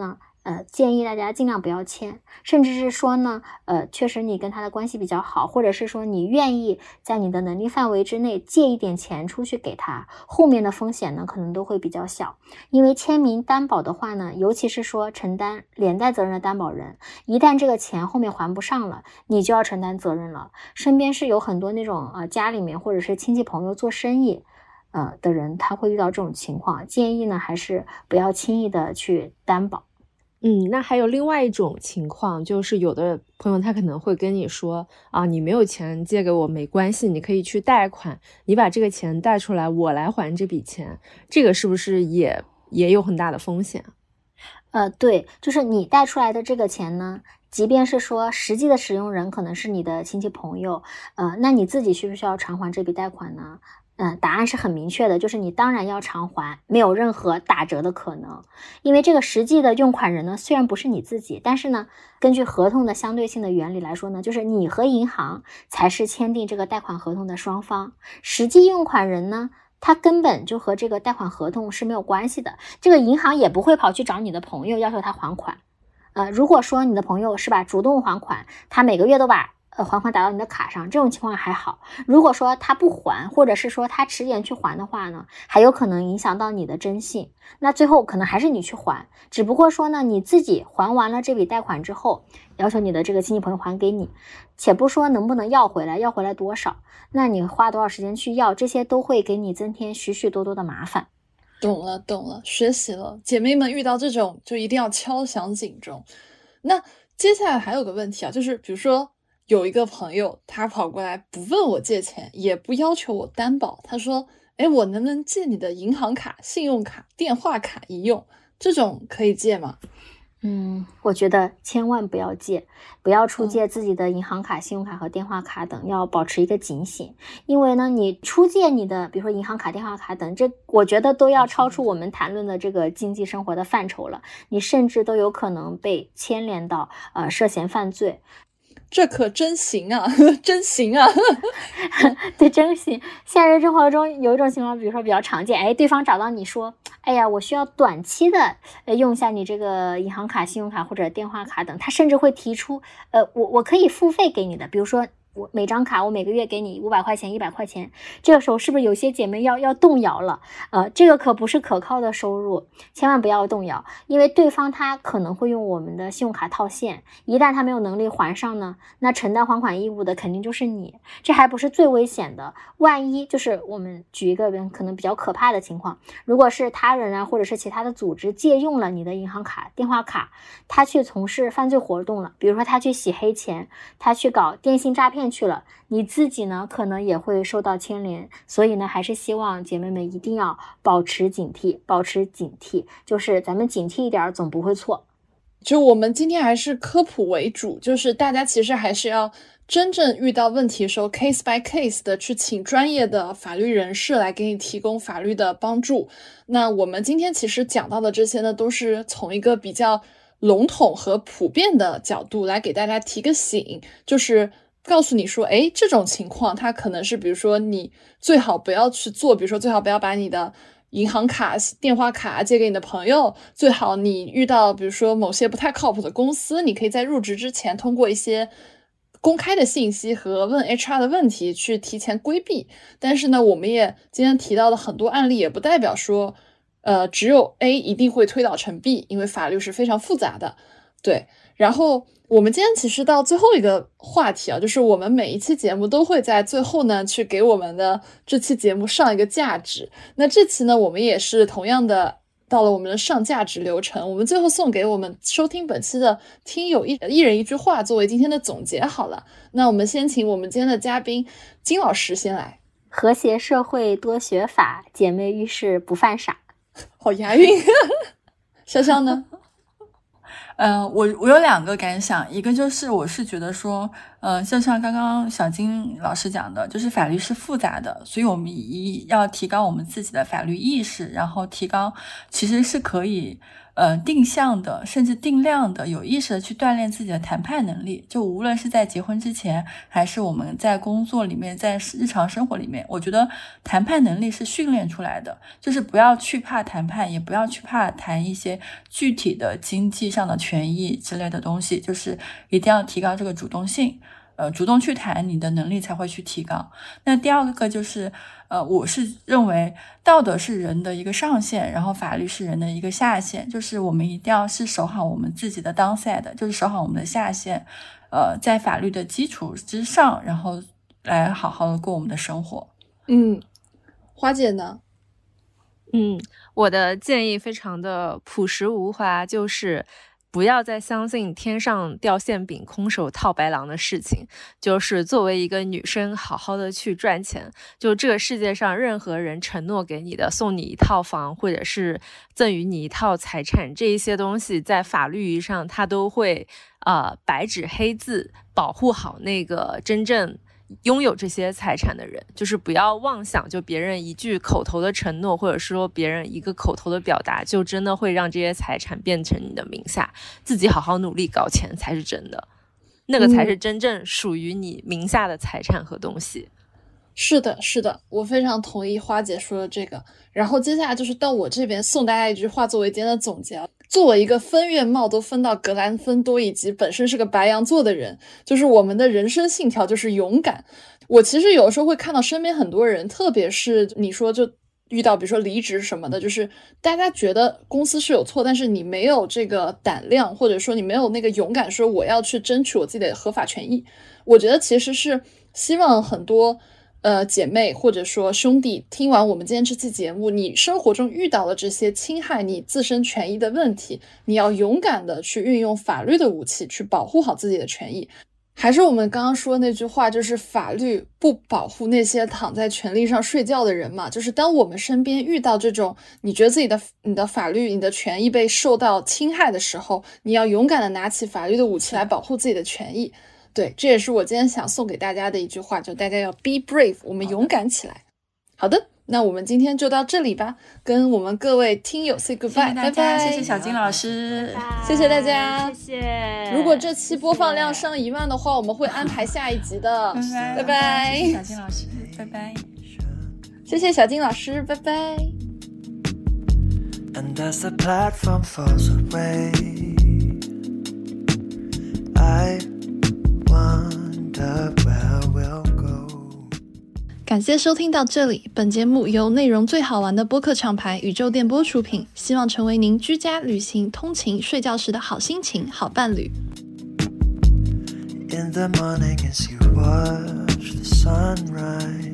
呃，建议大家尽量不要签，甚至是说呢，呃，确实你跟他的关系比较好，或者是说你愿意在你的能力范围之内借一点钱出去给他，后面的风险呢可能都会比较小。因为签名担保的话呢，尤其是说承担连带责任的担保人，一旦这个钱后面还不上了，你就要承担责任了。身边是有很多那种呃家里面或者是亲戚朋友做生意呃的人，他会遇到这种情况，建议呢还是不要轻易的去担保。 嗯，那还有另外一种情况，就是有的朋友他可能会跟你说啊，你没有钱借给我没关系，你可以去贷款，你把这个钱贷出来，我来还这笔钱，这个是不是也也有很大的风险？ 呃，对，就是你贷出来的这个钱呢，即便是说实际的使用人可能是你的亲戚朋友，呃，那你自己需不需要偿还这笔贷款呢？嗯、呃，答案是很明确的，就是你当然要偿还，没有任何打折的可能。因为这个实际的用款人呢，虽然不是你自己，但是呢，根据合同的相对性的原理来说呢，就是你和银行才是签订这个贷款合同的双方，实际用款人呢，他根本就和这个贷款合同是没有关系的，这个银行也不会跑去找你的朋友要求他还款。呃，如果说你的朋友是吧，主动还款，他每个月都把呃还款打到你的卡上，这种情况还好。如果说他不还，或者是说他迟延去还的话呢，还有可能影响到你的征信，那最后可能还是你去还，只不过说呢，你自己还完了这笔贷款之后，要求你的这个亲戚朋友还给你，且不说能不能要回来，要回来多少，那你花多少时间去要，这些都会给你增添许许多多的麻烦。 懂了懂了，学习了。姐妹们遇到这种就一定要敲响警钟。那接下来还有个问题啊，就是比如说有一个朋友他跑过来不问我借钱，也不要求我担保，他说诶，我能不能借你的银行卡、信用卡、电话卡一用，这种可以借吗？ 嗯，我觉得千万不要借，不要出借自己的银行卡、信用卡和电话卡等，要保持一个警醒。因为呢，你出借你的，比如说银行卡、电话卡等，这我觉得都要超出我们谈论的这个经济生活的范畴了。你甚至都有可能被牵连到呃涉嫌犯罪。 这可真行啊，真行啊！ 对，真行。现实生活中有一种情况，比如说比较常见，哎，对方找到你说，哎呀，我需要短期的呃用一下你这个银行卡、信用卡或者电话卡等，他甚至会提出，呃，我我可以付费给你的，比如说我每张卡我每个月给你五百块钱、一百块钱，这个时候是不是有些姐妹要要动摇了？呃，这个可不是可靠的收入，千万不要动摇，因为对方他可能会用我们的信用卡套现，一旦他没有能力还上呢，那承担还款义务的肯定就是你，这还不是最危险的。万一就是我们举一个可能比较可怕的情况，如果是他人啊，或者是其他的组织借用了你的银行卡、电话卡，他去从事犯罪活动了，比如说他去洗黑钱，他去搞电信诈骗去了，你自己呢可能也会受到牵连。所以呢，还是希望姐妹们一定要保持警惕，保持警惕，就是咱们警惕一点总不会错。 就我们今天还是科普为主，就是大家其实还是要真正遇到问题的时候 case by case 的去请专业的法律人士来给你提供法律的帮助。那我们今天其实讲到的这些呢，都是从一个比较笼统和普遍的角度来给大家提个醒，就是告诉你说，诶，这种情况它可能是比如说你最好不要去做，比如说最好不要把你的银行卡、电话卡借给你的朋友，最好你遇到比如说某些不太靠谱的公司，你可以在入职之前通过一些公开的信息和问 H R 的问题去提前规避。但是呢，我们也今天提到的很多案例也不代表说呃，只有 A 一定会推导成 B， 因为法律是非常复杂的。对，然后我们今天其实到最后一个话题啊，就是我们每一期节目都会在最后呢去给我们的这期节目上一个价值。那这期呢，我们也是同样的到了我们的上价值流程，我们最后送给我们收听本期的听友一一人一句话作为今天的总结好了。那我们先请我们今天的嘉宾金老师先来。 和谐社会多学法，姐妹遇事不犯傻。 好押韵。潇潇呢？ 嗯、呃，我我有两个感想，一个就是我是觉得说，呃，就像刚刚小金老师讲的，就是法律是复杂的，所以我们一要提高我们自己的法律意识，然后提高其实是可以呃定向的甚至定量的有意识的去锻炼自己的谈判能力，就无论是在结婚之前还是我们在工作里面在日常生活里面，我觉得谈判能力是训练出来的，就是不要去怕谈判，也不要去怕谈一些具体的经济上的权益之类的东西，就是一定要提高这个主动性，呃，主动去谈，你的能力才会去提高。那第二个就是呃，我是认为道德是人的一个上限，然后法律是人的一个下限，就是我们一定要是守好我们自己的 downside， 就是守好我们的下限，呃，在法律的基础之上，然后来好好的过我们的生活。 嗯，花姐呢？ 嗯，我的建议非常的朴实无华，就是不要再相信天上掉馅饼空手套白狼的事情，就是作为一个女生好好的去赚钱，就这个世界上任何人承诺给你的，送你一套房或者是赠予你一套财产，这一些东西在法律意义上它都会呃白纸黑字保护好那个真正拥有这些财产的人，就是不要妄想就别人一句口头的承诺，或者说别人一个口头的表达，就真的会让这些财产变成你的名下，自己好好努力搞钱才是真的，那个才是真正属于你名下的财产和东西。 是的，是的，我非常同意花姐说的这个。然后接下来就是到我这边送大家一句话作为今天的总结。作为一个分月貌都分到格兰芬多以及本身是个白羊座的人，就是我们的人生信条就是勇敢。我其实有时候会看到身边很多人，特别是你说就遇到比如说离职什么的，就是大家觉得公司是有错，但是你没有这个胆量，或者说你没有那个勇敢说我要去争取我自己的合法权益。我觉得其实是希望很多呃，姐妹或者说兄弟，听完我们今天这期节目，你生活中遇到了这些侵害你自身权益的问题，你要勇敢的去运用法律的武器去保护好自己的权益。还是我们刚刚说的那句话，就是法律不保护那些躺在权力上睡觉的人嘛。就是当我们身边遇到这种你觉得自己的你的法律你的权益被受到侵害的时候，你要勇敢的拿起法律的武器来保护自己的权益。对，这也是我今天想送给大家的一句话，就大家要 be brave， 我们勇敢起来。好的，那我们今天就到这里吧，跟我们各位听友 say goodbye， 拜拜。 谢谢小金老师， 谢谢大家， 谢谢。 如果这期播放量上一万的话，我们会安排下一集的。拜拜， 谢谢小金老师，拜拜。 谢谢小金老师，拜拜。 And as the platform falls away, I wonder where we'll go. 感谢收听到这里，本节目由内容最好玩的播客厂牌宇宙电波出品，希望成为您居家、旅行、通勤、睡觉时的好心情、好伴侣。 In the morning as you watch the sunrise,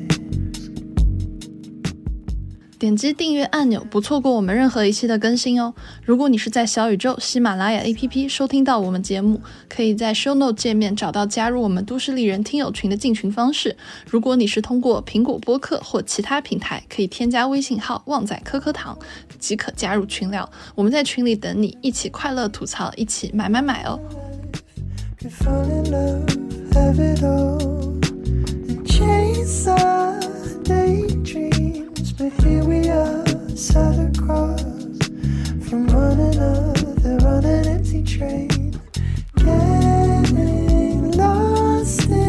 点击订阅按钮，不错过我们任何一期的更新哦。如果你是在小宇宙、喜马拉雅 A P P 收听到我们节目，可以在 Show Note 界面找到加入我们都市丽人听友群的进群方式。如果你是通过苹果播客或其他平台，可以添加微信号旺仔颗颗糖，即可加入群聊。我们在群里等你，一起快乐吐槽，一起买买买哦。 could fall in love, have it all, and chase our daydreams. But here we are,